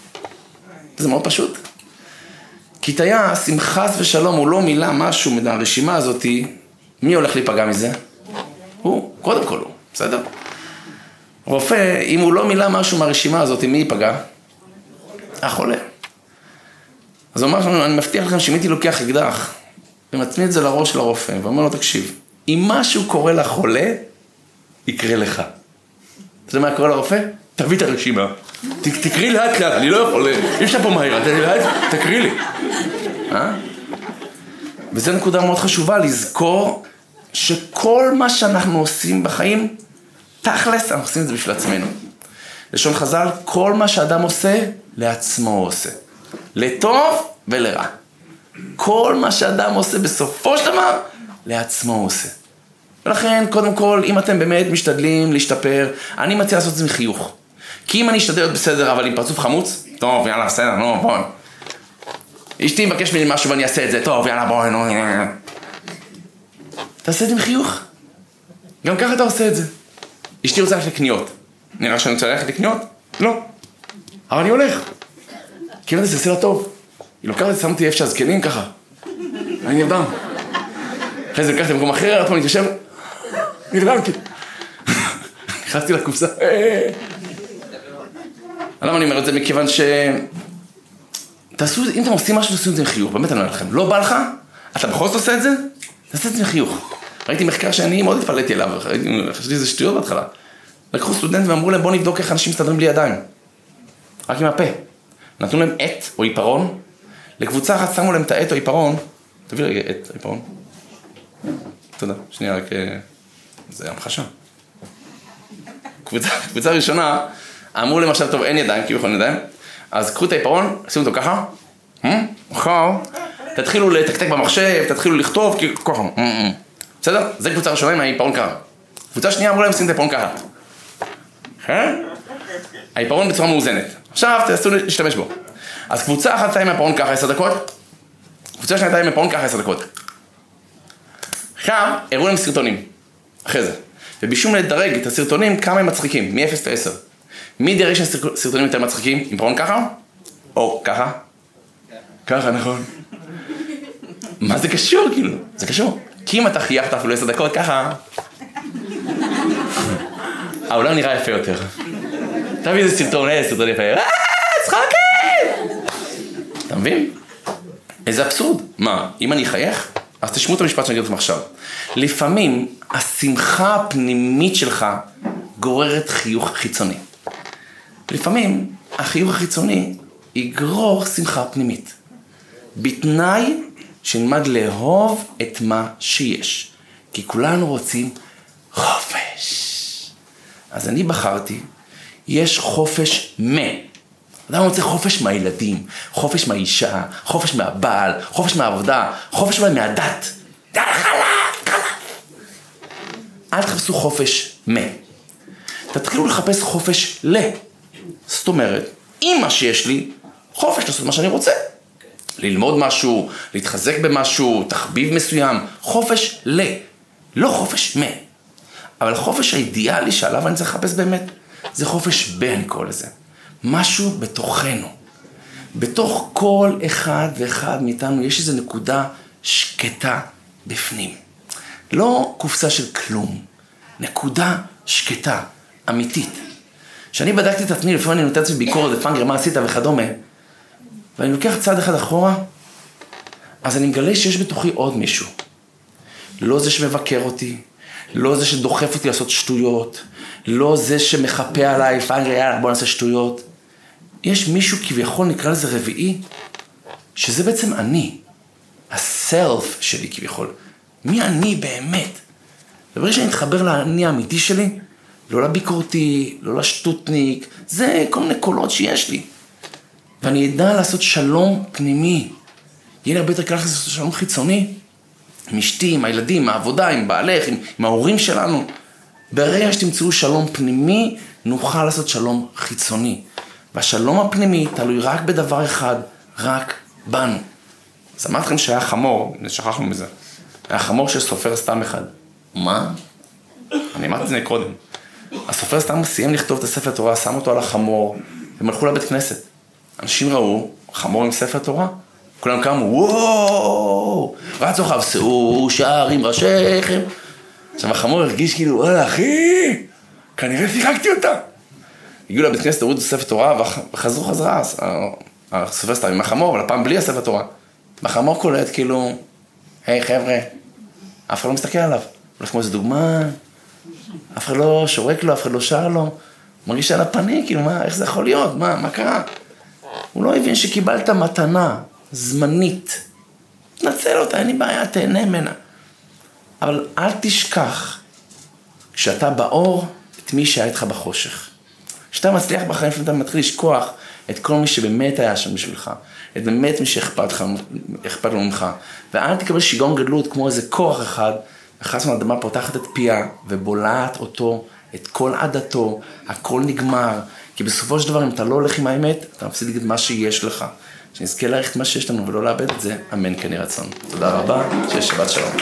זה מאוד פשוט. כי טייס, אם חס ושלום הוא לא מילה משהו מהרשימה הזאת, מי הולך להיפגע מזה? הוא, קודם כל הוא, בסדר? רופא, אם הוא לא מילה משהו מהרשימה הזאת, מי ייפגע? החולה. אז הוא אומר, אני מבטיח לכם שאם הייתי לוקח אקדח, ומצמיד את זה לראש של הרופא, ואומר לו, תקשיב, אם משהו קורה לחולה, יקרה לך. אתה יודע מה קורה לרופא? תביא את הרשימה. תקריא לאט לאט, אני לא יכול, אי אפשר פה מהר, תקריא לי. וזו נקודה מאוד חשובה, לזכור שכל מה שאנחנו עושים בחיים, תכלס, אנחנו עושים את זה בשביל עצמנו. לשון חז"ל, כל מה שאדם עושה, לעצמו הוא עושה. לטוב ולרע. כל מה שאדם עושה בסופו של דבר, לעצמו הוא עושה. ולכן, קודם כל, אם אתם באמת משתדלים להשתפר, אני מציע לעשות את זה מחיוך. כי אם אני אשתדל להיות בסדר, אבל עם פרצוף חמוץ, טוב, יאללה, בסדר, נו, בואי. אשתי מבקש ממני משהו ואני אעשה את זה, טוב, יאללה, בואי, נו, יאללה. תעשה את זה מחיוך. גם ככה אתה עושה את זה. אשתי רוצה ללכת לקניות. נראה שאני רוצה ללכת לקניות? לא. אבל אני הולך. כי אם זה עושה לה טוב. היא לוקחת את שמתי איפה שהזקנים ככה. אני נרדם. אחרי זה לקחתי במקום אחר, עוד פעם נתיישב. נרדמתי. נכנסתי לקופסה. למה אני אומר את זה? מכיוון ש... תעשו, אם אתם עושים משהו, תעשו את זה מחיוך. באמת אני אומר לכם. לא בא לך? אתה בכל זאת עושה את זה? תעשה את זה מחיוך. ראיתי מחקר שאני מאוד התפלאתי אליו. חשבתי איזה שטויות בהתחלה. לקחו סטודנט ואמרו להם, בואו נבדוק איך אנשים מסתדרים בלי ידיים. רק עם הפה. נתנו להם עט או עיפרון. לקבוצה אחת שמו להם את העט או עיפרון. תביא רגע עט או עיפרון. תודה. שנייה, רק... זה המחשה. קבוצה, קבוצה ראשונה, אמרו להם עכשיו, טוב, אין ידיים, כי בכל ידיים. אז קחו את העיפרון, שימו אותו ככה. אחר. תתחילו לתקתק במחשב, תתחילו לכתוב, כי ככה. בסדר? זה קבוצה ראשונה עם העיפרון ככה. קבוצה שנייה אמרו להם, שים את העיפרון ככה. העיפרון בצורה מאוזנת. עכשיו תנסו להשתמש בו. אז קבוצה אחת עם העיפרון ככה עשר דקות, קבוצה שנייה עם העיפרון ככה עשר דקות. עכשיו הראו להם סרטונים, אחרי זה. ובשום לדרג את הסרטונים כמה הם מצחיקים, מ-אפס ל-עשר. מי דרג שהסרטונים יותר מצחיקים? עם עיפרון ככה? או ככה? ככה, נכון. מה זה קשור כאילו? זה קשור. כי אם אתה חייבת אפילו עשר דקות ככה, העולם נראה יפה יותר. תביא איזה סרטון, איזה סרטון יפה. אה, צחקי! אתה מבין? איזה אבסורד. מה, אם אני אחייך? אז תשמעו את המשפט שאני אגיד לכם עכשיו. לפעמים השמחה הפנימית שלך גוררת חיוך חיצוני. לפעמים החיוך החיצוני יגרור שמחה פנימית. בתנאי שנלמד לאהוב את מה שיש. כי כולנו רוצים חופש. אז אני בחרתי, יש חופש מה. אדם רוצה חופש מהילדים, חופש מהאישה, חופש מהבעל, חופש מהעבודה, חופש מהדת. יאללה חלב, חלב. אל תחפשו חופש מה. תתחילו לחפש חופש ל. זאת אומרת, עם מה שיש לי, חופש לעשות מה שאני רוצה. ללמוד משהו, להתחזק במשהו, תחביב מסוים, חופש ל. לא חופש מה. אבל החופש האידיאלי שעליו אני צריך לחפש באמת, זה חופש ב, אני קורא לזה. משהו בתוכנו. בתוך כל אחד ואחד מאיתנו יש איזו נקודה שקטה בפנים. לא קופסה של כלום. נקודה שקטה, אמיתית. כשאני בדקתי את עצמי, לפעמים אני נותן את עצמי ביקורת, לפעמים מה עשית וכדומה, ואני לוקח צעד אחד אחורה, אז אני מגלה שיש בתוכי עוד מישהו. לא זה שמבקר אותי, לא זה שדוחף אותי לעשות שטויות, לא זה שמחפה עליי, לפעמים יאללה, בוא נעשה שטויות. יש מישהו כביכול, נקרא לזה רביעי, שזה בעצם אני, הסלף שלי כביכול. מי אני באמת? וברגע שאני מתחבר לאני האמיתי שלי, לא לביקורתי, לא לשטוטניק, זה כל מיני קולות שיש לי. ואני אדע לעשות שלום פנימי. יהיה לי הרבה יותר קל לעשות שלום חיצוני, עם אשתי, עם הילדים, עם העבודה, עם בעלך, עם, עם ההורים שלנו. ברגע שתמצאו שלום פנימי, נוכל לעשות שלום חיצוני. והשלום הפנימי תלוי רק בדבר אחד, רק בנו. אז אמרתי לכם שהיה חמור, שכחנו מזה. היה חמור של סופר סתם אחד. מה? אני אמרתי את זה קודם. הסופר סתם סיים לכתוב את הספר התורה, שם אותו על החמור, והם הלכו לבית כנסת. אנשים ראו חמור עם ספר תורה, כולם קמו, וואו, רצו אחריו, שאו שער עם ראשיכם. עכשיו החמור הרגיש כאילו, וואלה אחי, כנראה שיחקתי אותה. הגיעו לבית כנסת, הורידו ספר תורה וחזרו חזרה, הסופר סתם עם החמור, אבל הפעם בלי הספר תורה. והחמור קולט כאילו, היי חבר'ה, אף אחד לא מסתכל עליו. הולך כמו איזו דוגמה, אף אחד לא שורק לו, אף אחד לא שר לו, מרגיש על הפנים, כאילו מה, איך זה יכול להיות, מה, מה קרה? הוא לא הבין שקיבלת מתנה זמנית. תנצל אותה, אין לי בעיה, תהנה ממנה. אבל אל תשכח, כשאתה באור, את מי שהיה איתך בחושך. כשאתה מצליח בחיים, אתה מתחיל לשכוח את כל מי שבאמת היה שם בשבילך, את באמת מי שאכפת לו ממך. ואל תקבל שיגעון גדלות כמו איזה כוח אחד, וחס מהאדמה פותחת את פיה, ובולעת אותו, את כל עדתו, הכל נגמר. כי בסופו של דבר, אם אתה לא הולך עם האמת, אתה מפסיד את מה שיש לך. שנזכה להעריך את מה שיש לנו ולא לאבד את זה, אמן כן יהי רצון. תודה רבה, שיש שבת שלום.